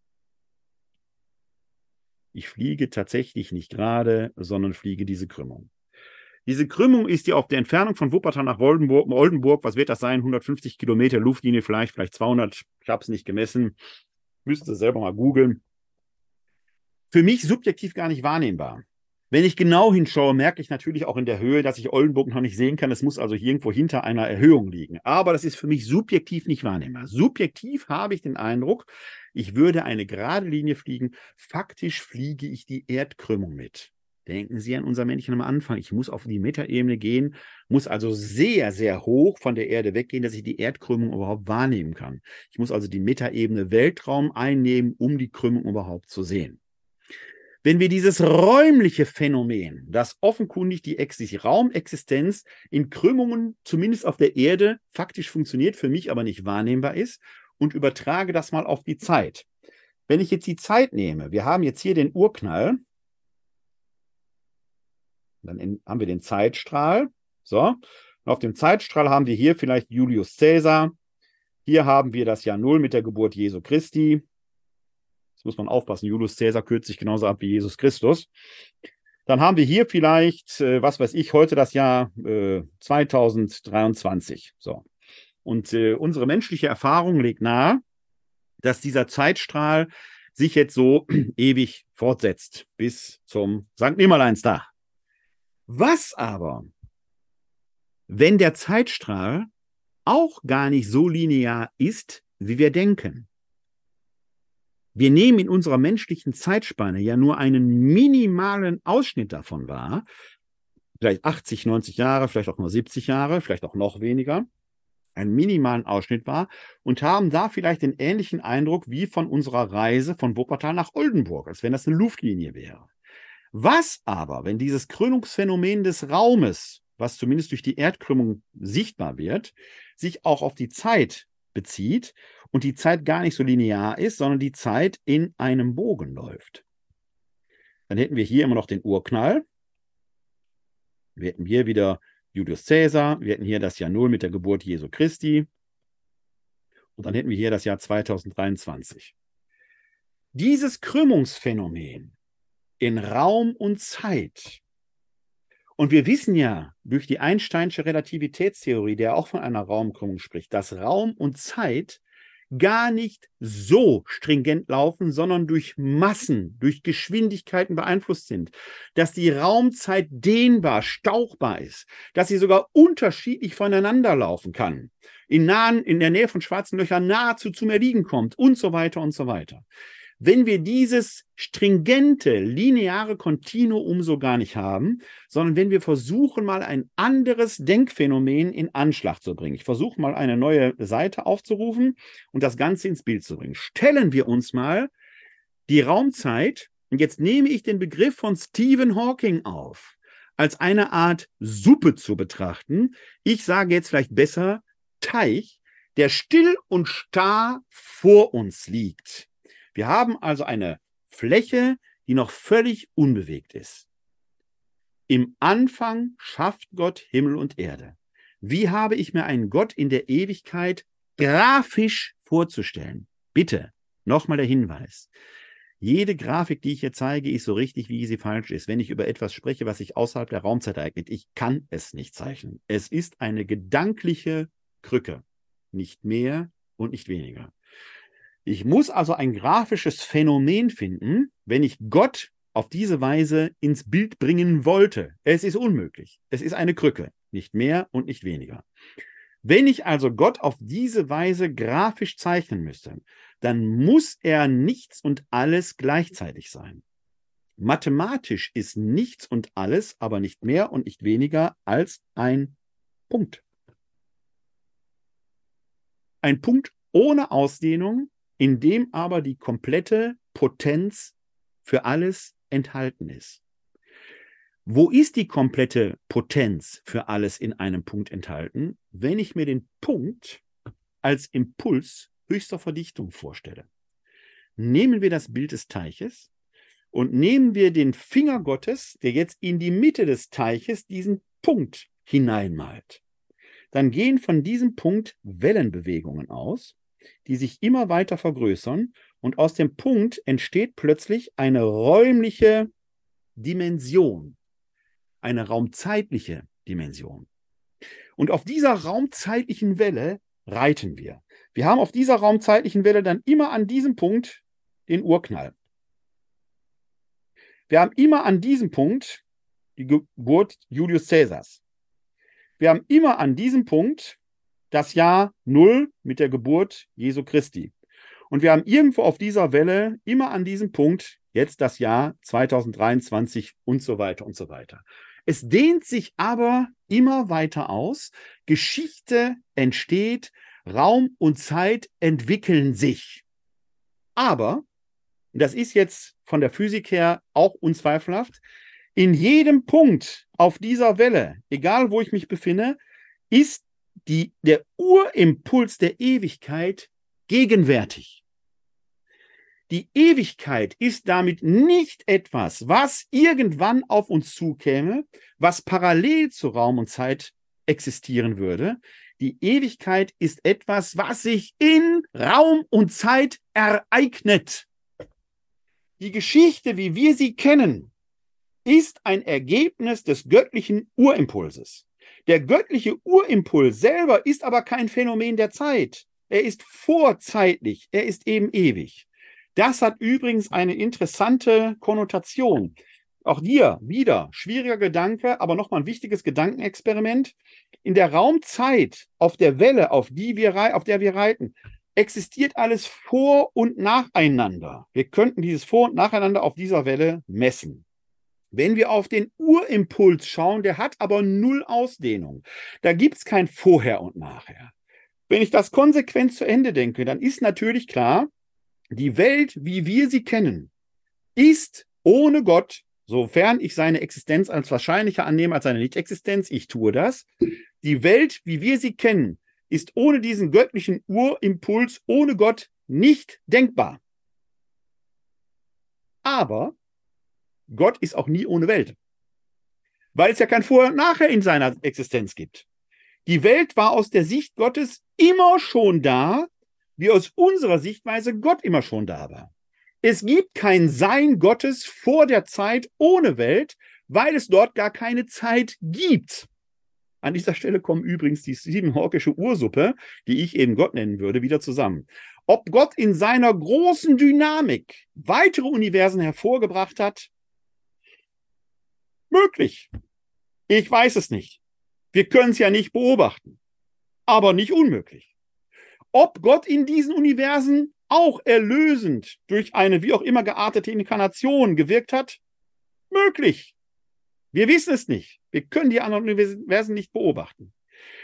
Ich fliege tatsächlich nicht gerade, sondern fliege diese Krümmung. Diese Krümmung ist die auf der Entfernung von Wuppertal nach Oldenburg, Oldenburg, was wird das sein? hundertfünfzig Kilometer Luftlinie vielleicht, vielleicht zweihundert, ich habe es nicht gemessen. Müssten Sie selber mal googeln. Für mich subjektiv gar nicht wahrnehmbar. Wenn ich genau hinschaue, merke ich natürlich auch in der Höhe, dass ich Oldenburg noch nicht sehen kann. Es muss also irgendwo hinter einer Erhöhung liegen. Aber das ist für mich subjektiv nicht wahrnehmbar. Subjektiv habe ich den Eindruck, ich würde eine gerade Linie fliegen. Faktisch fliege ich die Erdkrümmung mit. Denken Sie an unser Männchen am Anfang. Ich muss auf die Metaebene gehen, muss also sehr, sehr hoch von der Erde weggehen, dass ich die Erdkrümmung überhaupt wahrnehmen kann. Ich muss also die Metaebene Weltraum einnehmen, um die Krümmung überhaupt zu sehen. Wenn wir dieses räumliche Phänomen, das offenkundig die Ex die Raumexistenz in Krümmungen, zumindest auf der Erde, faktisch funktioniert, für mich aber nicht wahrnehmbar ist, und übertrage das mal auf die Zeit. Wenn ich jetzt die Zeit nehme, wir haben jetzt hier den Urknall, dann in, haben wir den Zeitstrahl, so, und auf dem Zeitstrahl haben wir hier vielleicht Julius Caesar, hier haben wir das Jahr Null mit der Geburt Jesu Christi. Jetzt muss man aufpassen, Julius Caesar kürzt sich genauso ab wie Jesus Christus. Dann haben wir hier vielleicht, äh, was weiß ich, heute das Jahr äh, zweitausenddreiundzwanzig. So. Und äh, unsere menschliche Erfahrung legt nahe, dass dieser Zeitstrahl sich jetzt so ewig fortsetzt bis zum Sankt Nimmerleinstag. Was aber, wenn der Zeitstrahl auch gar nicht so linear ist, wie wir denken? Wir nehmen in unserer menschlichen Zeitspanne ja nur einen minimalen Ausschnitt davon wahr, vielleicht achtzig, neunzig Jahre, vielleicht auch nur siebzig Jahre, vielleicht auch noch weniger, einen minimalen Ausschnitt wahr und haben da vielleicht den ähnlichen Eindruck wie von unserer Reise von Wuppertal nach Oldenburg, als wenn das eine Luftlinie wäre. Was aber, wenn dieses Krönungsphänomen des Raumes, was zumindest durch die Erdkrümmung sichtbar wird, sich auch auf die Zeit bezieht und die Zeit gar nicht so linear ist, sondern die Zeit in einem Bogen läuft? Dann hätten wir hier immer noch den Urknall. Wir hätten hier wieder Julius Caesar. Wir hätten hier das Jahr Null mit der Geburt Jesu Christi. Und dann hätten wir hier das Jahr zweitausenddreiundzwanzig. Dieses Krümmungsphänomen in Raum und Zeit. Und wir wissen ja durch die Einsteinsche Relativitätstheorie, der auch von einer Raumkrümmung spricht, dass Raum und Zeit gar nicht so stringent laufen, sondern durch Massen, durch Geschwindigkeiten beeinflusst sind, dass die Raumzeit dehnbar, stauchbar ist, dass sie sogar unterschiedlich voneinander laufen kann, in, nahen, in der Nähe von schwarzen Löchern nahezu zum Erliegen kommt und so weiter und so weiter. Wenn wir dieses stringente, lineare Kontinuum so gar nicht haben, sondern wenn wir versuchen, mal ein anderes Denkphänomen in Anschlag zu bringen. Ich versuche mal eine neue Seite aufzurufen und das Ganze ins Bild zu bringen. Stellen wir uns mal die Raumzeit, und jetzt nehme ich den Begriff von Stephen Hawking auf, als eine Art Suppe zu betrachten. Ich sage jetzt vielleicht besser Teich, der still und starr vor uns liegt. Wir haben also eine Fläche, die noch völlig unbewegt ist. Im Anfang schafft Gott Himmel und Erde. Wie habe ich mir einen Gott in der Ewigkeit grafisch vorzustellen? Bitte, nochmal der Hinweis. Jede Grafik, die ich hier zeige, ist so richtig, wie sie falsch ist. Wenn ich über etwas spreche, was sich außerhalb der Raumzeit ereignet, ich kann es nicht zeichnen. Es ist eine gedankliche Krücke, nicht mehr und nicht weniger. Ich muss also ein grafisches Phänomen finden, wenn ich Gott auf diese Weise ins Bild bringen wollte. Es ist unmöglich. Es ist eine Krücke, nicht mehr und nicht weniger. Wenn ich also Gott auf diese Weise grafisch zeichnen müsste, dann muss er nichts und alles gleichzeitig sein. Mathematisch ist nichts und alles aber nicht mehr und nicht weniger als ein Punkt. Ein Punkt ohne Ausdehnung, in dem aber die komplette Potenz für alles enthalten ist. Wo ist die komplette Potenz für alles in einem Punkt enthalten? Wenn ich mir den Punkt als Impuls höchster Verdichtung vorstelle. Nehmen wir das Bild des Teiches und nehmen wir den Finger Gottes, der jetzt in die Mitte des Teiches diesen Punkt hineinmalt. Dann gehen von diesem Punkt Wellenbewegungen aus, die sich immer weiter vergrößern, und aus dem Punkt entsteht plötzlich eine räumliche Dimension, eine raumzeitliche Dimension. Und auf dieser raumzeitlichen Welle reiten wir. Wir haben auf dieser raumzeitlichen Welle dann immer an diesem Punkt den Urknall. Wir haben immer an diesem Punkt die Geburt Julius Caesars. Wir haben immer an diesem Punkt das Jahr Null mit der Geburt Jesu Christi. Und wir haben irgendwo auf dieser Welle immer an diesem Punkt jetzt das Jahr zweitausenddreiundzwanzig und so weiter und so weiter. Es dehnt sich aber immer weiter aus. Geschichte entsteht, Raum und Zeit entwickeln sich. Aber und das ist jetzt von der Physik her auch unzweifelhaft, in jedem Punkt auf dieser Welle, egal wo ich mich befinde, ist die, der Urimpuls der Ewigkeit gegenwärtig. Die Ewigkeit ist damit nicht etwas, was irgendwann auf uns zukäme, was parallel zu Raum und Zeit existieren würde. Die Ewigkeit ist etwas, was sich in Raum und Zeit ereignet. Die Geschichte, wie wir sie kennen, ist ein Ergebnis des göttlichen Urimpulses. Der göttliche Urimpuls selber ist aber kein Phänomen der Zeit. Er ist vorzeitlich, er ist eben ewig. Das hat übrigens eine interessante Konnotation. Auch hier wieder schwieriger Gedanke, aber nochmal ein wichtiges Gedankenexperiment. In der Raumzeit auf der Welle, auf, die wir, auf der wir reiten, existiert alles vor und nacheinander. Wir könnten dieses Vor- und Nacheinander auf dieser Welle messen. Wenn wir auf den Urimpuls schauen, der hat aber null Ausdehnung. Da gibt es kein Vorher und Nachher. Wenn ich das konsequent zu Ende denke, dann ist natürlich klar, die Welt, wie wir sie kennen, ist ohne Gott, sofern ich seine Existenz als wahrscheinlicher annehme als seine Nicht-Existenz, ich tue das, die Welt, wie wir sie kennen, ist ohne diesen göttlichen Urimpuls, ohne Gott nicht denkbar. Aber Gott ist auch nie ohne Welt, weil es ja kein Vorher und Nachher in seiner Existenz gibt. Die Welt war aus der Sicht Gottes immer schon da, wie aus unserer Sichtweise Gott immer schon da war. Es gibt kein Sein Gottes vor der Zeit ohne Welt, weil es dort gar keine Zeit gibt. An dieser Stelle kommen übrigens die siebenhawkische Ursuppe, die ich eben Gott nennen würde, wieder zusammen. Ob Gott in seiner großen Dynamik weitere Universen hervorgebracht hat? Möglich. Ich weiß es nicht. Wir können es ja nicht beobachten, aber nicht unmöglich. Ob Gott in diesen Universen auch erlösend durch eine wie auch immer geartete Inkarnation gewirkt hat? Möglich. Wir wissen es nicht. Wir können die anderen Universen nicht beobachten.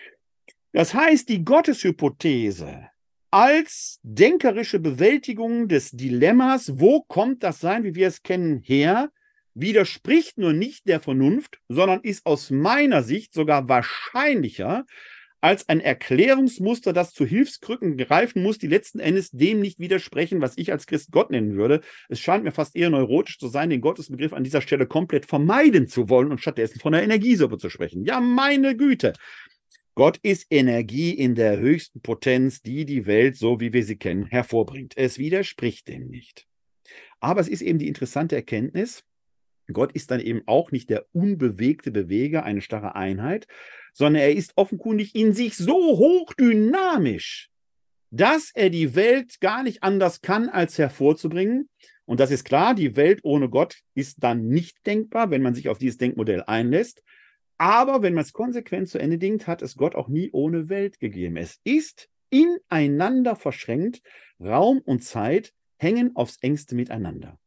Das heißt, die Gotteshypothese als denkerische Bewältigung des Dilemmas, wo kommt das Sein, wie wir es kennen, her, widerspricht nur nicht der Vernunft, sondern ist aus meiner Sicht sogar wahrscheinlicher als ein Erklärungsmuster, das zu Hilfskrücken greifen muss, die letzten Endes dem nicht widersprechen, was ich als Christ Gott nennen würde. Es scheint mir fast eher neurotisch zu sein, den Gottesbegriff an dieser Stelle komplett vermeiden zu wollen und stattdessen von der Energiesuppe zu sprechen. Ja, meine Güte. Gott ist Energie in der höchsten Potenz, die die Welt, so wie wir sie kennen, hervorbringt. Es widerspricht dem nicht. Aber es ist eben die interessante Erkenntnis, Gott ist dann eben auch nicht der unbewegte Beweger, eine starre Einheit, sondern er ist offenkundig in sich so hochdynamisch, dass er die Welt gar nicht anders kann, als hervorzubringen. Und das ist klar, die Welt ohne Gott ist dann nicht denkbar, wenn man sich auf dieses Denkmodell einlässt. Aber wenn man es konsequent zu Ende denkt, hat es Gott auch nie ohne Welt gegeben. Es ist ineinander verschränkt, Raum und Zeit hängen aufs engste miteinander.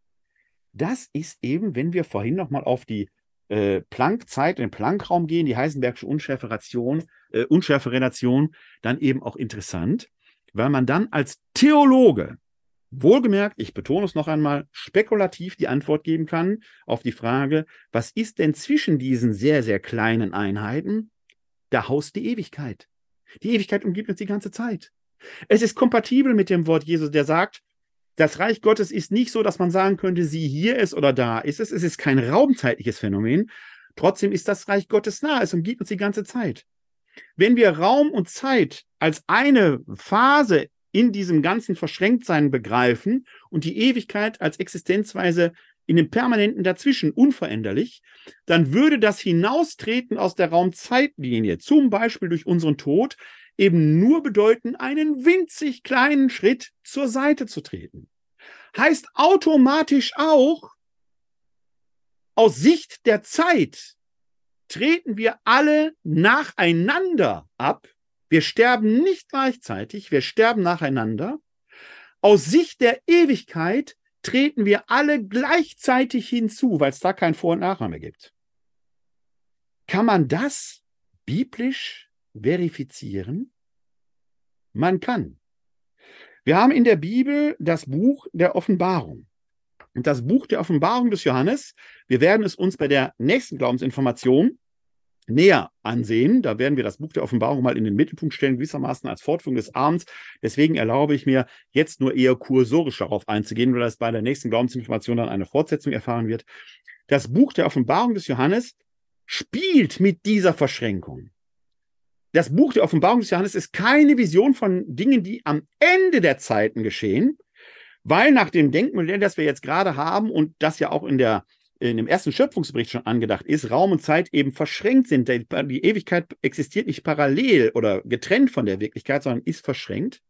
Das ist eben, wenn wir vorhin nochmal auf die äh, Planck-Zeit, den Planck-Raum gehen, die Heisenbergsche Unschärferelation, äh, Unschärferelation, dann eben auch interessant, weil man dann als Theologe, wohlgemerkt, ich betone es noch einmal, spekulativ die Antwort geben kann auf die Frage, was ist denn zwischen diesen sehr, sehr kleinen Einheiten? Da haust die Ewigkeit. Die Ewigkeit umgibt uns die ganze Zeit. Es ist kompatibel mit dem Wort Jesus, der sagt, das Reich Gottes ist nicht so, dass man sagen könnte, sie hier ist oder da ist es. Es ist kein raumzeitliches Phänomen. Trotzdem ist das Reich Gottes nah. Es umgibt uns die ganze Zeit. Wenn wir Raum und Zeit als eine Phase in diesem ganzen Verschränktsein begreifen und die Ewigkeit als Existenzweise in dem permanenten Dazwischen unveränderlich, dann würde das Hinaustreten aus der Raumzeitlinie, zum Beispiel durch unseren Tod, eben nur bedeuten, einen winzig kleinen Schritt zur Seite zu treten. Heißt automatisch auch, aus Sicht der Zeit treten wir alle nacheinander ab. Wir sterben nicht gleichzeitig, wir sterben nacheinander. Aus Sicht der Ewigkeit treten wir alle gleichzeitig hinzu, weil es da kein Vor- und Nachher mehr gibt. Kann man das biblisch verifizieren? Man kann. Wir haben in der Bibel das Buch der Offenbarung. Und das Buch der Offenbarung des Johannes, wir werden es uns bei der nächsten Glaubensinformation näher ansehen. Da werden wir das Buch der Offenbarung mal in den Mittelpunkt stellen, gewissermaßen als Fortführung des Abends. Deswegen erlaube ich mir, jetzt nur eher kursorisch darauf einzugehen, weil das bei der nächsten Glaubensinformation dann eine Fortsetzung erfahren wird. Das Buch der Offenbarung des Johannes spielt mit dieser Verschränkung. Das Buch der Offenbarung des Johannes ist keine Vision von Dingen, die am Ende der Zeiten geschehen, weil nach dem Denkmodell, das wir jetzt gerade haben und das ja auch in der in dem ersten Schöpfungsbericht schon angedacht ist, Raum und Zeit eben verschränkt sind. Die Ewigkeit existiert nicht parallel oder getrennt von der Wirklichkeit, sondern ist verschränkt.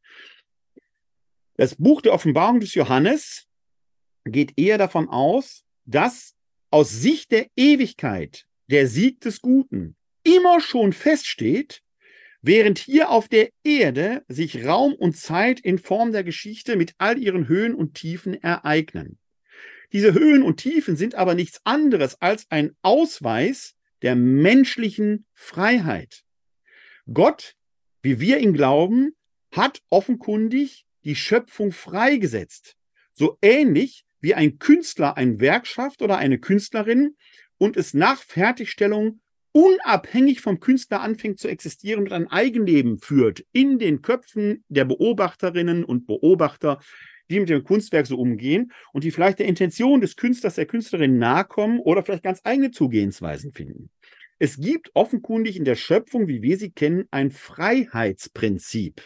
Das Buch der Offenbarung des Johannes geht eher davon aus, dass aus Sicht der Ewigkeit der Sieg des Guten immer schon feststeht, während hier auf der Erde sich Raum und Zeit in Form der Geschichte mit all ihren Höhen und Tiefen ereignen. Diese Höhen und Tiefen sind aber nichts anderes als ein Ausweis der menschlichen Freiheit. Gott, wie wir ihn glauben, hat offenkundig die Schöpfung freigesetzt. So ähnlich wie ein Künstler ein Werk schafft oder eine Künstlerin und es nach Fertigstellung unabhängig vom Künstler anfängt zu existieren und ein Eigenleben führt in den Köpfen der Beobachterinnen und Beobachter, die mit dem Kunstwerk so umgehen und die vielleicht der Intention des Künstlers, der Künstlerin nahe kommen oder vielleicht ganz eigene Zugehensweisen finden. Es gibt offenkundig in der Schöpfung, wie wir sie kennen, ein Freiheitsprinzip.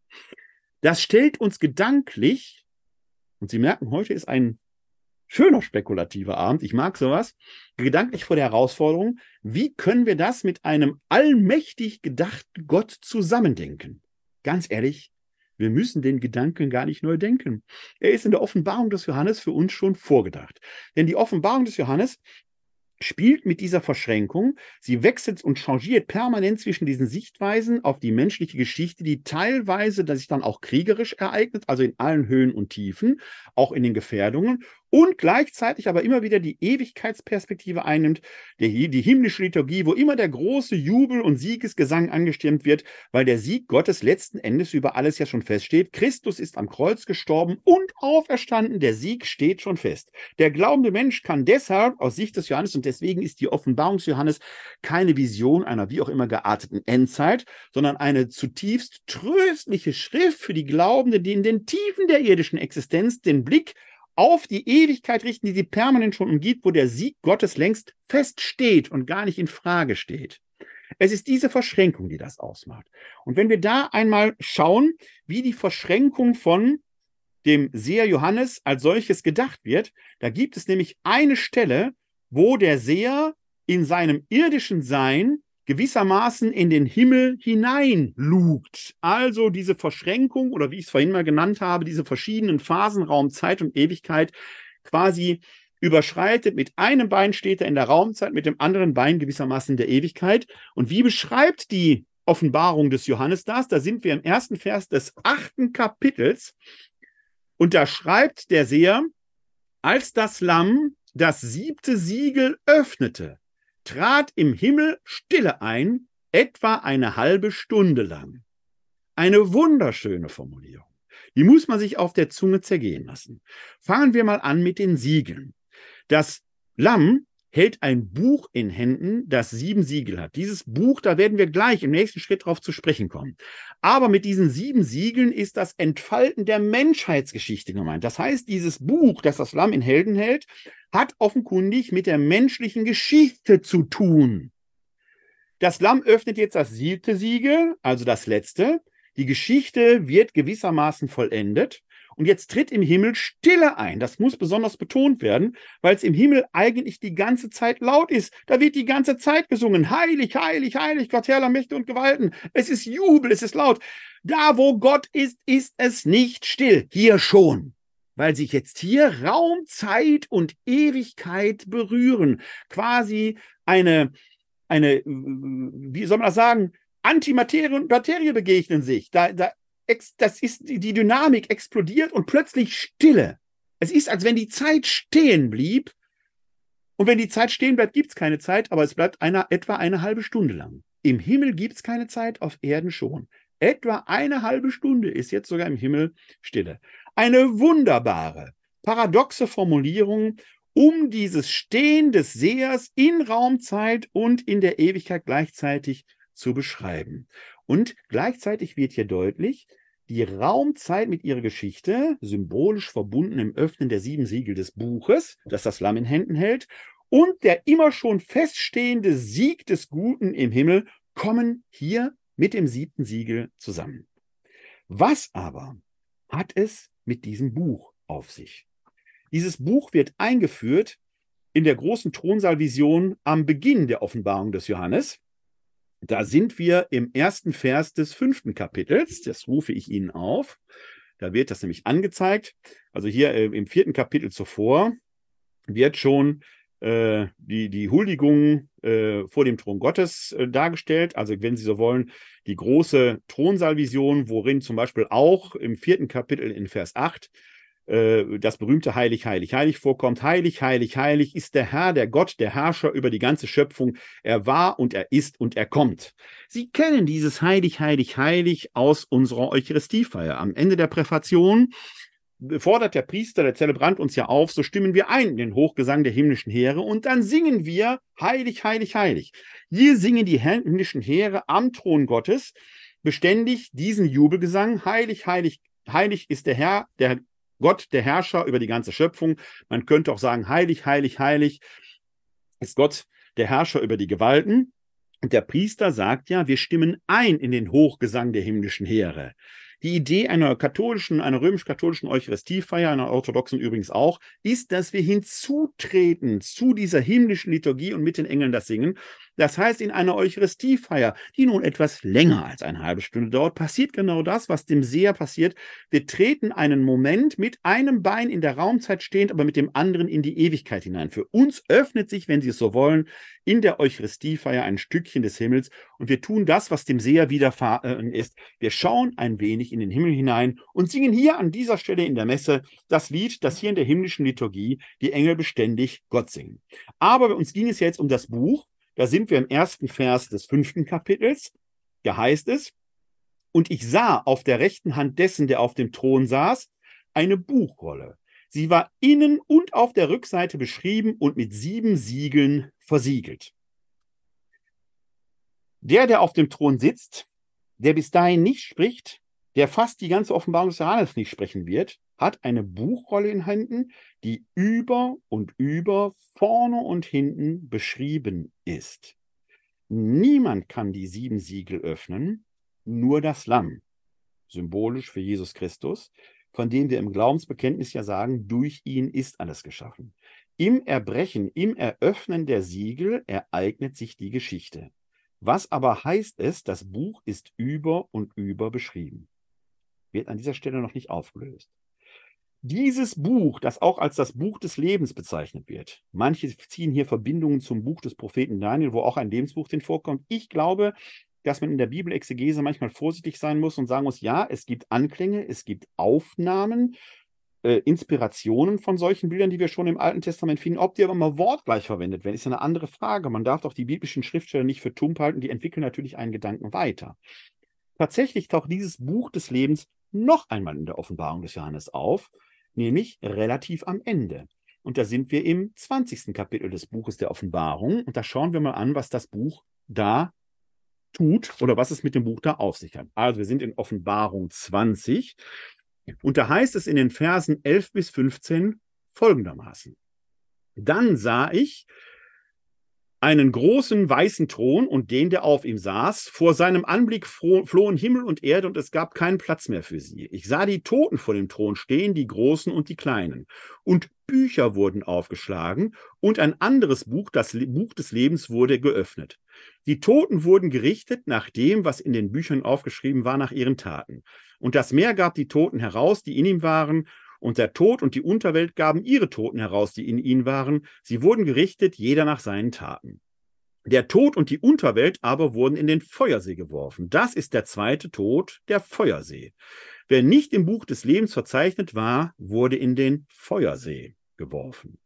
Das stellt uns gedanklich, und Sie merken, heute ist ein schöner spekulativer Abend, ich mag sowas, gedanklich vor der Herausforderung, wie können wir das mit einem allmächtig gedachten Gott zusammendenken? Ganz ehrlich, wir müssen den Gedanken gar nicht neu denken. Er ist in der Offenbarung des Johannes für uns schon vorgedacht. Denn die Offenbarung des Johannes spielt mit dieser Verschränkung. Sie wechselt und changiert permanent zwischen diesen Sichtweisen auf die menschliche Geschichte, die teilweise, dass sich dann auch kriegerisch ereignet, also in allen Höhen und Tiefen, auch in den Gefährdungen, und gleichzeitig aber immer wieder die Ewigkeitsperspektive einnimmt, die, die himmlische Liturgie, wo immer der große Jubel und Siegesgesang angestimmt wird, weil der Sieg Gottes letzten Endes über alles ja schon feststeht. Christus ist am Kreuz gestorben und auferstanden, der Sieg steht schon fest. Der glaubende Mensch kann deshalb aus Sicht des Johannes, und deswegen ist die Offenbarung des Johannes keine Vision einer wie auch immer gearteten Endzeit, sondern eine zutiefst tröstliche Schrift für die Glaubenden, die in den Tiefen der irdischen Existenz den Blick auf die Ewigkeit richten, die sie permanent schon umgibt, wo der Sieg Gottes längst feststeht und gar nicht in Frage steht. Es ist diese Verschränkung, die das ausmacht. Und wenn wir da einmal schauen, wie die Verschränkung von dem Seher Johannes als solches gedacht wird, da gibt es nämlich eine Stelle, wo der Seher in seinem irdischen Sein gewissermaßen in den Himmel hineinlugt. Also diese Verschränkung oder wie ich es vorhin mal genannt habe, diese verschiedenen Phasen, Raum, Zeit und Ewigkeit quasi überschreitet. Mit einem Bein steht er in der Raumzeit, mit dem anderen Bein gewissermaßen in der Ewigkeit. Und wie beschreibt die Offenbarung des Johannes das? Da sind wir im ersten Vers des achten Kapitels. Und da schreibt der Seher, als das Lamm das siebte Siegel öffnete, trat im Himmel Stille ein, etwa eine halbe Stunde lang. Eine wunderschöne Formulierung. Die muss man sich auf der Zunge zergehen lassen. Fangen wir mal an mit den Siegeln. Das Lamm hält ein Buch in Händen, das sieben Siegel hat. Dieses Buch, da werden wir gleich im nächsten Schritt drauf zu sprechen kommen. Aber mit diesen sieben Siegeln ist das Entfalten der Menschheitsgeschichte gemeint. Das heißt, dieses Buch, das das Lamm in Händen hält, hat offenkundig mit der menschlichen Geschichte zu tun. Das Lamm öffnet jetzt das siebte Siegel, also das letzte. Die Geschichte wird gewissermaßen vollendet. Und jetzt tritt im Himmel Stille ein. Das muss besonders betont werden, weil es im Himmel eigentlich die ganze Zeit laut ist. Da wird die ganze Zeit gesungen. Heilig, heilig, heilig, Gott, Herr aller Mächte und Gewalten. Es ist Jubel, es ist laut. Da, wo Gott ist, ist es nicht still. Hier schon. Weil sich jetzt hier Raum, Zeit und Ewigkeit berühren. Quasi eine, eine, wie soll man das sagen, Antimaterie und Materie begegnen sich. Da, da Das ist, die Dynamik explodiert und plötzlich Stille. Es ist, als wenn die Zeit stehen blieb. Und wenn die Zeit stehen bleibt, gibt es keine Zeit, aber es bleibt eine, etwa eine halbe Stunde lang. Im Himmel gibt es keine Zeit, auf Erden schon. Etwa eine halbe Stunde ist jetzt sogar im Himmel Stille. Eine wunderbare, paradoxe Formulierung, um dieses Stehen des Sehers in Raumzeit und in der Ewigkeit gleichzeitig zu beschreiben. Und gleichzeitig wird hier deutlich, die Raumzeit mit ihrer Geschichte, symbolisch verbunden im Öffnen der sieben Siegel des Buches, das das Lamm in Händen hält, und der immer schon feststehende Sieg des Guten im Himmel kommen hier mit dem siebten Siegel zusammen. Was aber hat es mit diesem Buch auf sich? Dieses Buch wird eingeführt in der großen Thronsaalvision am Beginn der Offenbarung des Johannes. Da sind wir im ersten Vers des fünften Kapitels. Das rufe ich Ihnen auf. Da wird das nämlich angezeigt. Also hier äh, im vierten Kapitel zuvor wird schon äh, die, die Huldigung äh, vor dem Thron Gottes äh, dargestellt. Also wenn Sie so wollen, die große Thronsaalvision, worin zum Beispiel auch im vierten Kapitel in Vers acht das berühmte Heilig, Heilig, Heilig vorkommt. Heilig, Heilig, Heilig ist der Herr, der Gott, der Herrscher über die ganze Schöpfung. Er war und er ist und er kommt. Sie kennen dieses Heilig, Heilig, Heilig aus unserer Eucharistiefeier. Am Ende der Präfation fordert der Priester, der Zelebrant uns ja auf, so stimmen wir ein in den Hochgesang der himmlischen Heere und dann singen wir Heilig, Heilig, Heilig. Hier singen die himmlischen Heere am Thron Gottes beständig diesen Jubelgesang. Heilig, Heilig, Heilig ist der Herr, der Gott, der Herrscher über die ganze Schöpfung. Man könnte auch sagen, heilig, heilig, heilig ist Gott, der Herrscher über die Gewalten. Und der Priester sagt ja, wir stimmen ein in den Hochgesang der himmlischen Heere. Die Idee einer katholischen, einer römisch-katholischen Eucharistiefeier, einer orthodoxen übrigens auch, ist, dass wir hinzutreten zu dieser himmlischen Liturgie und mit den Engeln das singen. Das heißt, in einer Eucharistiefeier, die nun etwas länger als eine halbe Stunde dauert, passiert genau das, was dem Seher passiert. Wir treten einen Moment mit einem Bein in der Raumzeit stehend, aber mit dem anderen in die Ewigkeit hinein. Für uns öffnet sich, wenn Sie es so wollen, in der Eucharistiefeier ein Stückchen des Himmels und wir tun das, was dem Seher widerfahren ist. Wir schauen ein wenig in den Himmel hinein und singen hier an dieser Stelle in der Messe das Lied, das hier in der himmlischen Liturgie die Engel beständig Gott singen. Aber bei uns ging es jetzt um das Buch. Da sind wir im ersten Vers des fünften Kapitels. Da heißt es, und ich sah auf der rechten Hand dessen, der auf dem Thron saß, eine Buchrolle. Sie war innen und auf der Rückseite beschrieben und mit sieben Siegeln versiegelt. Der, der auf dem Thron sitzt, der bis dahin nicht spricht, der fast die ganze Offenbarung des Johannes nicht sprechen wird, hat eine Buchrolle in Händen, die über und über, vorne und hinten beschrieben ist. Niemand kann die sieben Siegel öffnen, nur das Lamm, symbolisch für Jesus Christus, von dem wir im Glaubensbekenntnis ja sagen, durch ihn ist alles geschaffen. Im Erbrechen, im Eröffnen der Siegel ereignet sich die Geschichte. Was aber heißt es, das Buch ist über und über beschrieben? Wird an dieser Stelle noch nicht aufgelöst. Dieses Buch, das auch als das Buch des Lebens bezeichnet wird, manche ziehen hier Verbindungen zum Buch des Propheten Daniel, wo auch ein Lebensbuch drin vorkommt. Ich glaube, dass man in der Bibelexegese manchmal vorsichtig sein muss und sagen muss, ja, es gibt Anklänge, es gibt Aufnahmen, äh, Inspirationen von solchen Bildern, die wir schon im Alten Testament finden. Ob die aber mal wortgleich verwendet werden, ist ja eine andere Frage. Man darf doch die biblischen Schriftsteller nicht für tump halten, die entwickeln natürlich einen Gedanken weiter. Tatsächlich taucht dieses Buch des Lebens noch einmal in der Offenbarung des Johannes auf, nämlich relativ am Ende. Und da sind wir im zwanzigsten Kapitel des Buches der Offenbarung. Und da schauen wir mal an, was das Buch da tut oder was es mit dem Buch da auf sich hat. Also wir sind in Offenbarung zwanzig. Und da heißt es in den Versen elf bis fünfzehn folgendermaßen. Dann sah ich einen großen weißen Thron und den, der auf ihm saß. Vor seinem Anblick flohen Himmel und Erde und es gab keinen Platz mehr für sie. Ich sah die Toten vor dem Thron stehen, die Großen und die Kleinen. Und Bücher wurden aufgeschlagen und ein anderes Buch, das Buch des Lebens, wurde geöffnet. Die Toten wurden gerichtet nach dem, was in den Büchern aufgeschrieben war, nach ihren Taten. Und das Meer gab die Toten heraus, die in ihm waren. Und der Tod und die Unterwelt gaben ihre Toten heraus, die in ihnen waren. Sie wurden gerichtet, jeder nach seinen Taten. Der Tod und die Unterwelt aber wurden in den Feuersee geworfen. Das ist der zweite Tod, der Feuersee. Wer nicht im Buch des Lebens verzeichnet war, wurde in den Feuersee geworfen.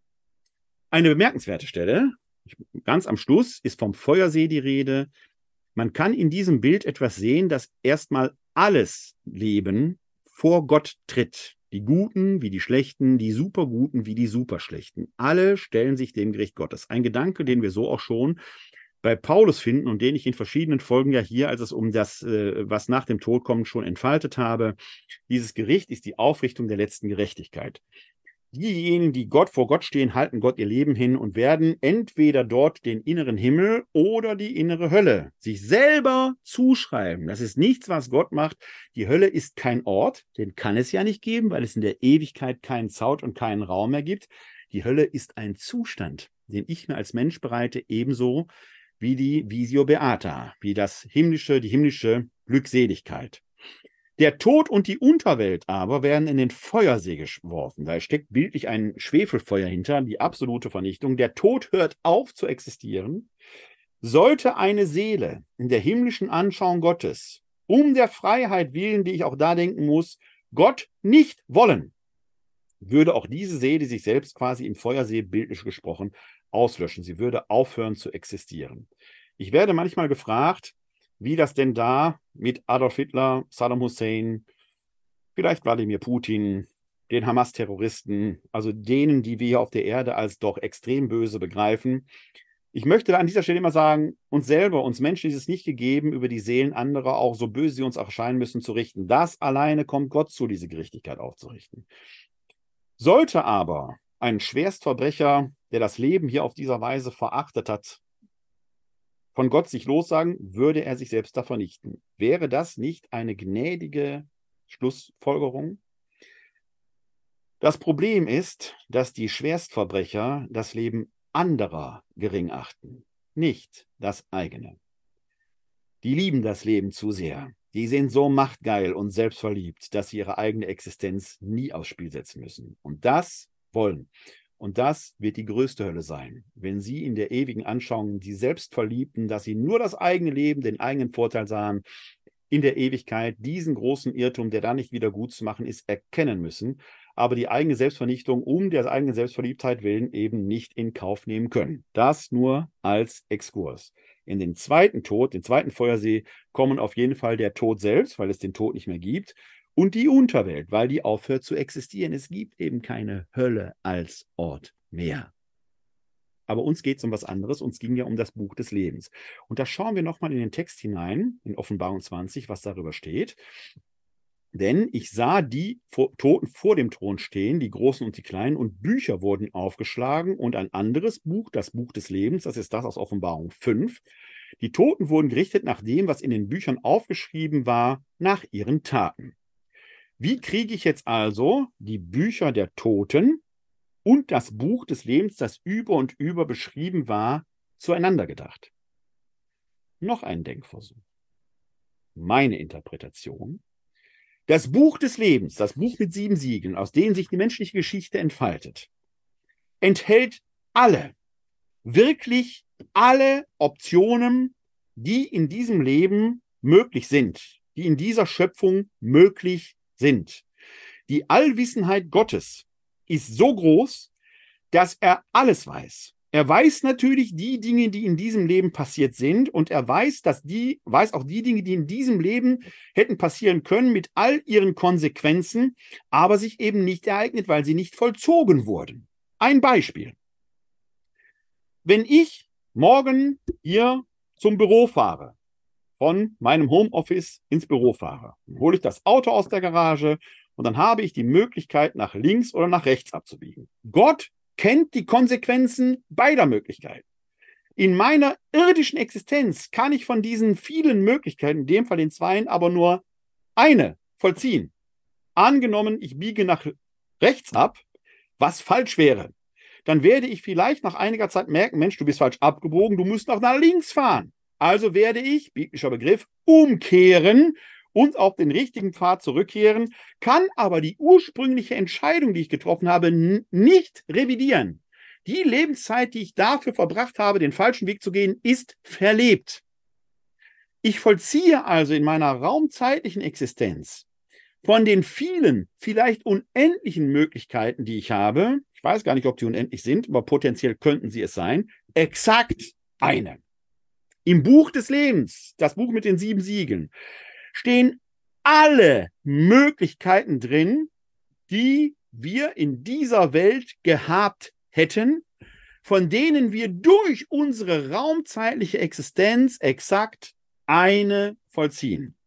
Eine bemerkenswerte Stelle, ganz am Schluss, ist vom Feuersee die Rede. Man kann in diesem Bild etwas sehen, dass erstmal alles Leben vor Gott tritt. Die Guten wie die Schlechten, die Superguten wie die Superschlechten. Alle stellen sich dem Gericht Gottes. Ein Gedanke, den wir so auch schon bei Paulus finden und den ich in verschiedenen Folgen ja hier, als es um das, äh, was nach dem Tod kommt, schon entfaltet habe. Dieses Gericht ist die Aufrichtung der letzten Gerechtigkeit. Diejenigen, die Gott vor Gott stehen, halten Gott ihr Leben hin und werden entweder dort den inneren Himmel oder die innere Hölle sich selber zuschreiben. Das ist nichts, was Gott macht. Die Hölle ist kein Ort, den kann es ja nicht geben, weil es in der Ewigkeit keinen Zaut und keinen Raum mehr gibt. Die Hölle ist ein Zustand, den ich mir als Mensch bereite, ebenso wie die Visio Beata, wie das himmlische, die himmlische Glückseligkeit. Der Tod und die Unterwelt aber werden in den Feuersee geworfen. Da steckt bildlich ein Schwefelfeuer hinter, die absolute Vernichtung. Der Tod hört auf zu existieren. Sollte eine Seele in der himmlischen Anschauung Gottes, um der Freiheit willen, die ich auch da denken muss, Gott nicht wollen, würde auch diese Seele sich selbst quasi im Feuersee, bildlich gesprochen, auslöschen. Sie würde aufhören zu existieren. Ich werde manchmal gefragt, wie das denn da mit Adolf Hitler, Saddam Hussein, vielleicht Wladimir Putin, den Hamas-Terroristen, also denen, die wir hier auf der Erde als doch extrem böse begreifen. Ich möchte da an dieser Stelle immer sagen, uns selber, uns Menschen ist es nicht gegeben, über die Seelen anderer, auch so böse sie uns erscheinen müssen, zu richten. Das alleine kommt Gott zu, diese Gerechtigkeit aufzurichten. Sollte aber ein Schwerstverbrecher, der das Leben hier auf dieser Weise verachtet hat, von Gott sich lossagen, würde er sich selbst da vernichten. Wäre das nicht eine gnädige Schlussfolgerung? Das Problem ist, dass die Schwerstverbrecher das Leben anderer gering achten, nicht das eigene. Die lieben das Leben zu sehr. Die sind so machtgeil und selbstverliebt, dass sie ihre eigene Existenz nie aufs Spiel setzen müssen. Und das wollen. Und das wird die größte Hölle sein, wenn sie in der ewigen Anschauung, die Selbstverliebten, dass sie nur das eigene Leben, den eigenen Vorteil sahen, in der Ewigkeit diesen großen Irrtum, der da nicht wieder gut zu machen ist, erkennen müssen, aber die eigene Selbstvernichtung um der eigenen Selbstverliebtheit willen eben nicht in Kauf nehmen können. Das nur als Exkurs. In den zweiten Tod, den zweiten Feuersee, kommen auf jeden Fall der Tod selbst, weil es den Tod nicht mehr gibt, und die Unterwelt, weil die aufhört zu existieren. Es gibt eben keine Hölle als Ort mehr. Aber uns geht es um was anderes. Uns ging ja um das Buch des Lebens. Und da schauen wir nochmal in den Text hinein, in Offenbarung zwanzig, was darüber steht. Denn ich sah die Toten vor dem Thron stehen, die Großen und die Kleinen, und Bücher wurden aufgeschlagen und ein anderes Buch, das Buch des Lebens, das ist das aus Offenbarung fünf. Die Toten wurden gerichtet nach dem, was in den Büchern aufgeschrieben war, nach ihren Taten. Wie kriege ich jetzt also die Bücher der Toten und das Buch des Lebens, das über und über beschrieben war, zueinander gedacht? Noch ein Denkversuch. Meine Interpretation. Das Buch des Lebens, das Buch mit sieben Siegeln, aus denen sich die menschliche Geschichte entfaltet, enthält alle, wirklich alle Optionen, die in diesem Leben möglich sind, die in dieser Schöpfung möglich sind. Die Allwissenheit Gottes ist so groß, dass er alles weiß. Er weiß natürlich die Dinge, die in diesem Leben passiert sind, und er weiß, dass die, weiß auch die Dinge, die in diesem Leben hätten passieren können, mit all ihren Konsequenzen, aber sich eben nicht ereignet, weil sie nicht vollzogen wurden. Ein Beispiel. Wenn ich morgen hier zum Büro fahre, von meinem Homeoffice ins Büro fahre, dann hole ich das Auto aus der Garage und dann habe ich die Möglichkeit, nach links oder nach rechts abzubiegen. Gott kennt die Konsequenzen beider Möglichkeiten. In meiner irdischen Existenz kann ich von diesen vielen Möglichkeiten, in dem Fall den zweien, aber nur eine vollziehen. Angenommen, ich biege nach rechts ab, was falsch wäre, dann werde ich vielleicht nach einiger Zeit merken, Mensch, du bist falsch abgebogen, du musst noch nach links fahren. Also werde ich, biblischer Begriff, umkehren und auf den richtigen Pfad zurückkehren, kann aber die ursprüngliche Entscheidung, die ich getroffen habe, nicht revidieren. Die Lebenszeit, die ich dafür verbracht habe, den falschen Weg zu gehen, ist verlebt. Ich vollziehe also in meiner raumzeitlichen Existenz von den vielen, vielleicht unendlichen Möglichkeiten, die ich habe, ich weiß gar nicht, ob die unendlich sind, aber potenziell könnten sie es sein, exakt eine. Im Buch des Lebens, das Buch mit den sieben Siegeln, stehen alle Möglichkeiten drin, die wir in dieser Welt gehabt hätten, von denen wir durch unsere raumzeitliche Existenz exakt eine vollziehen.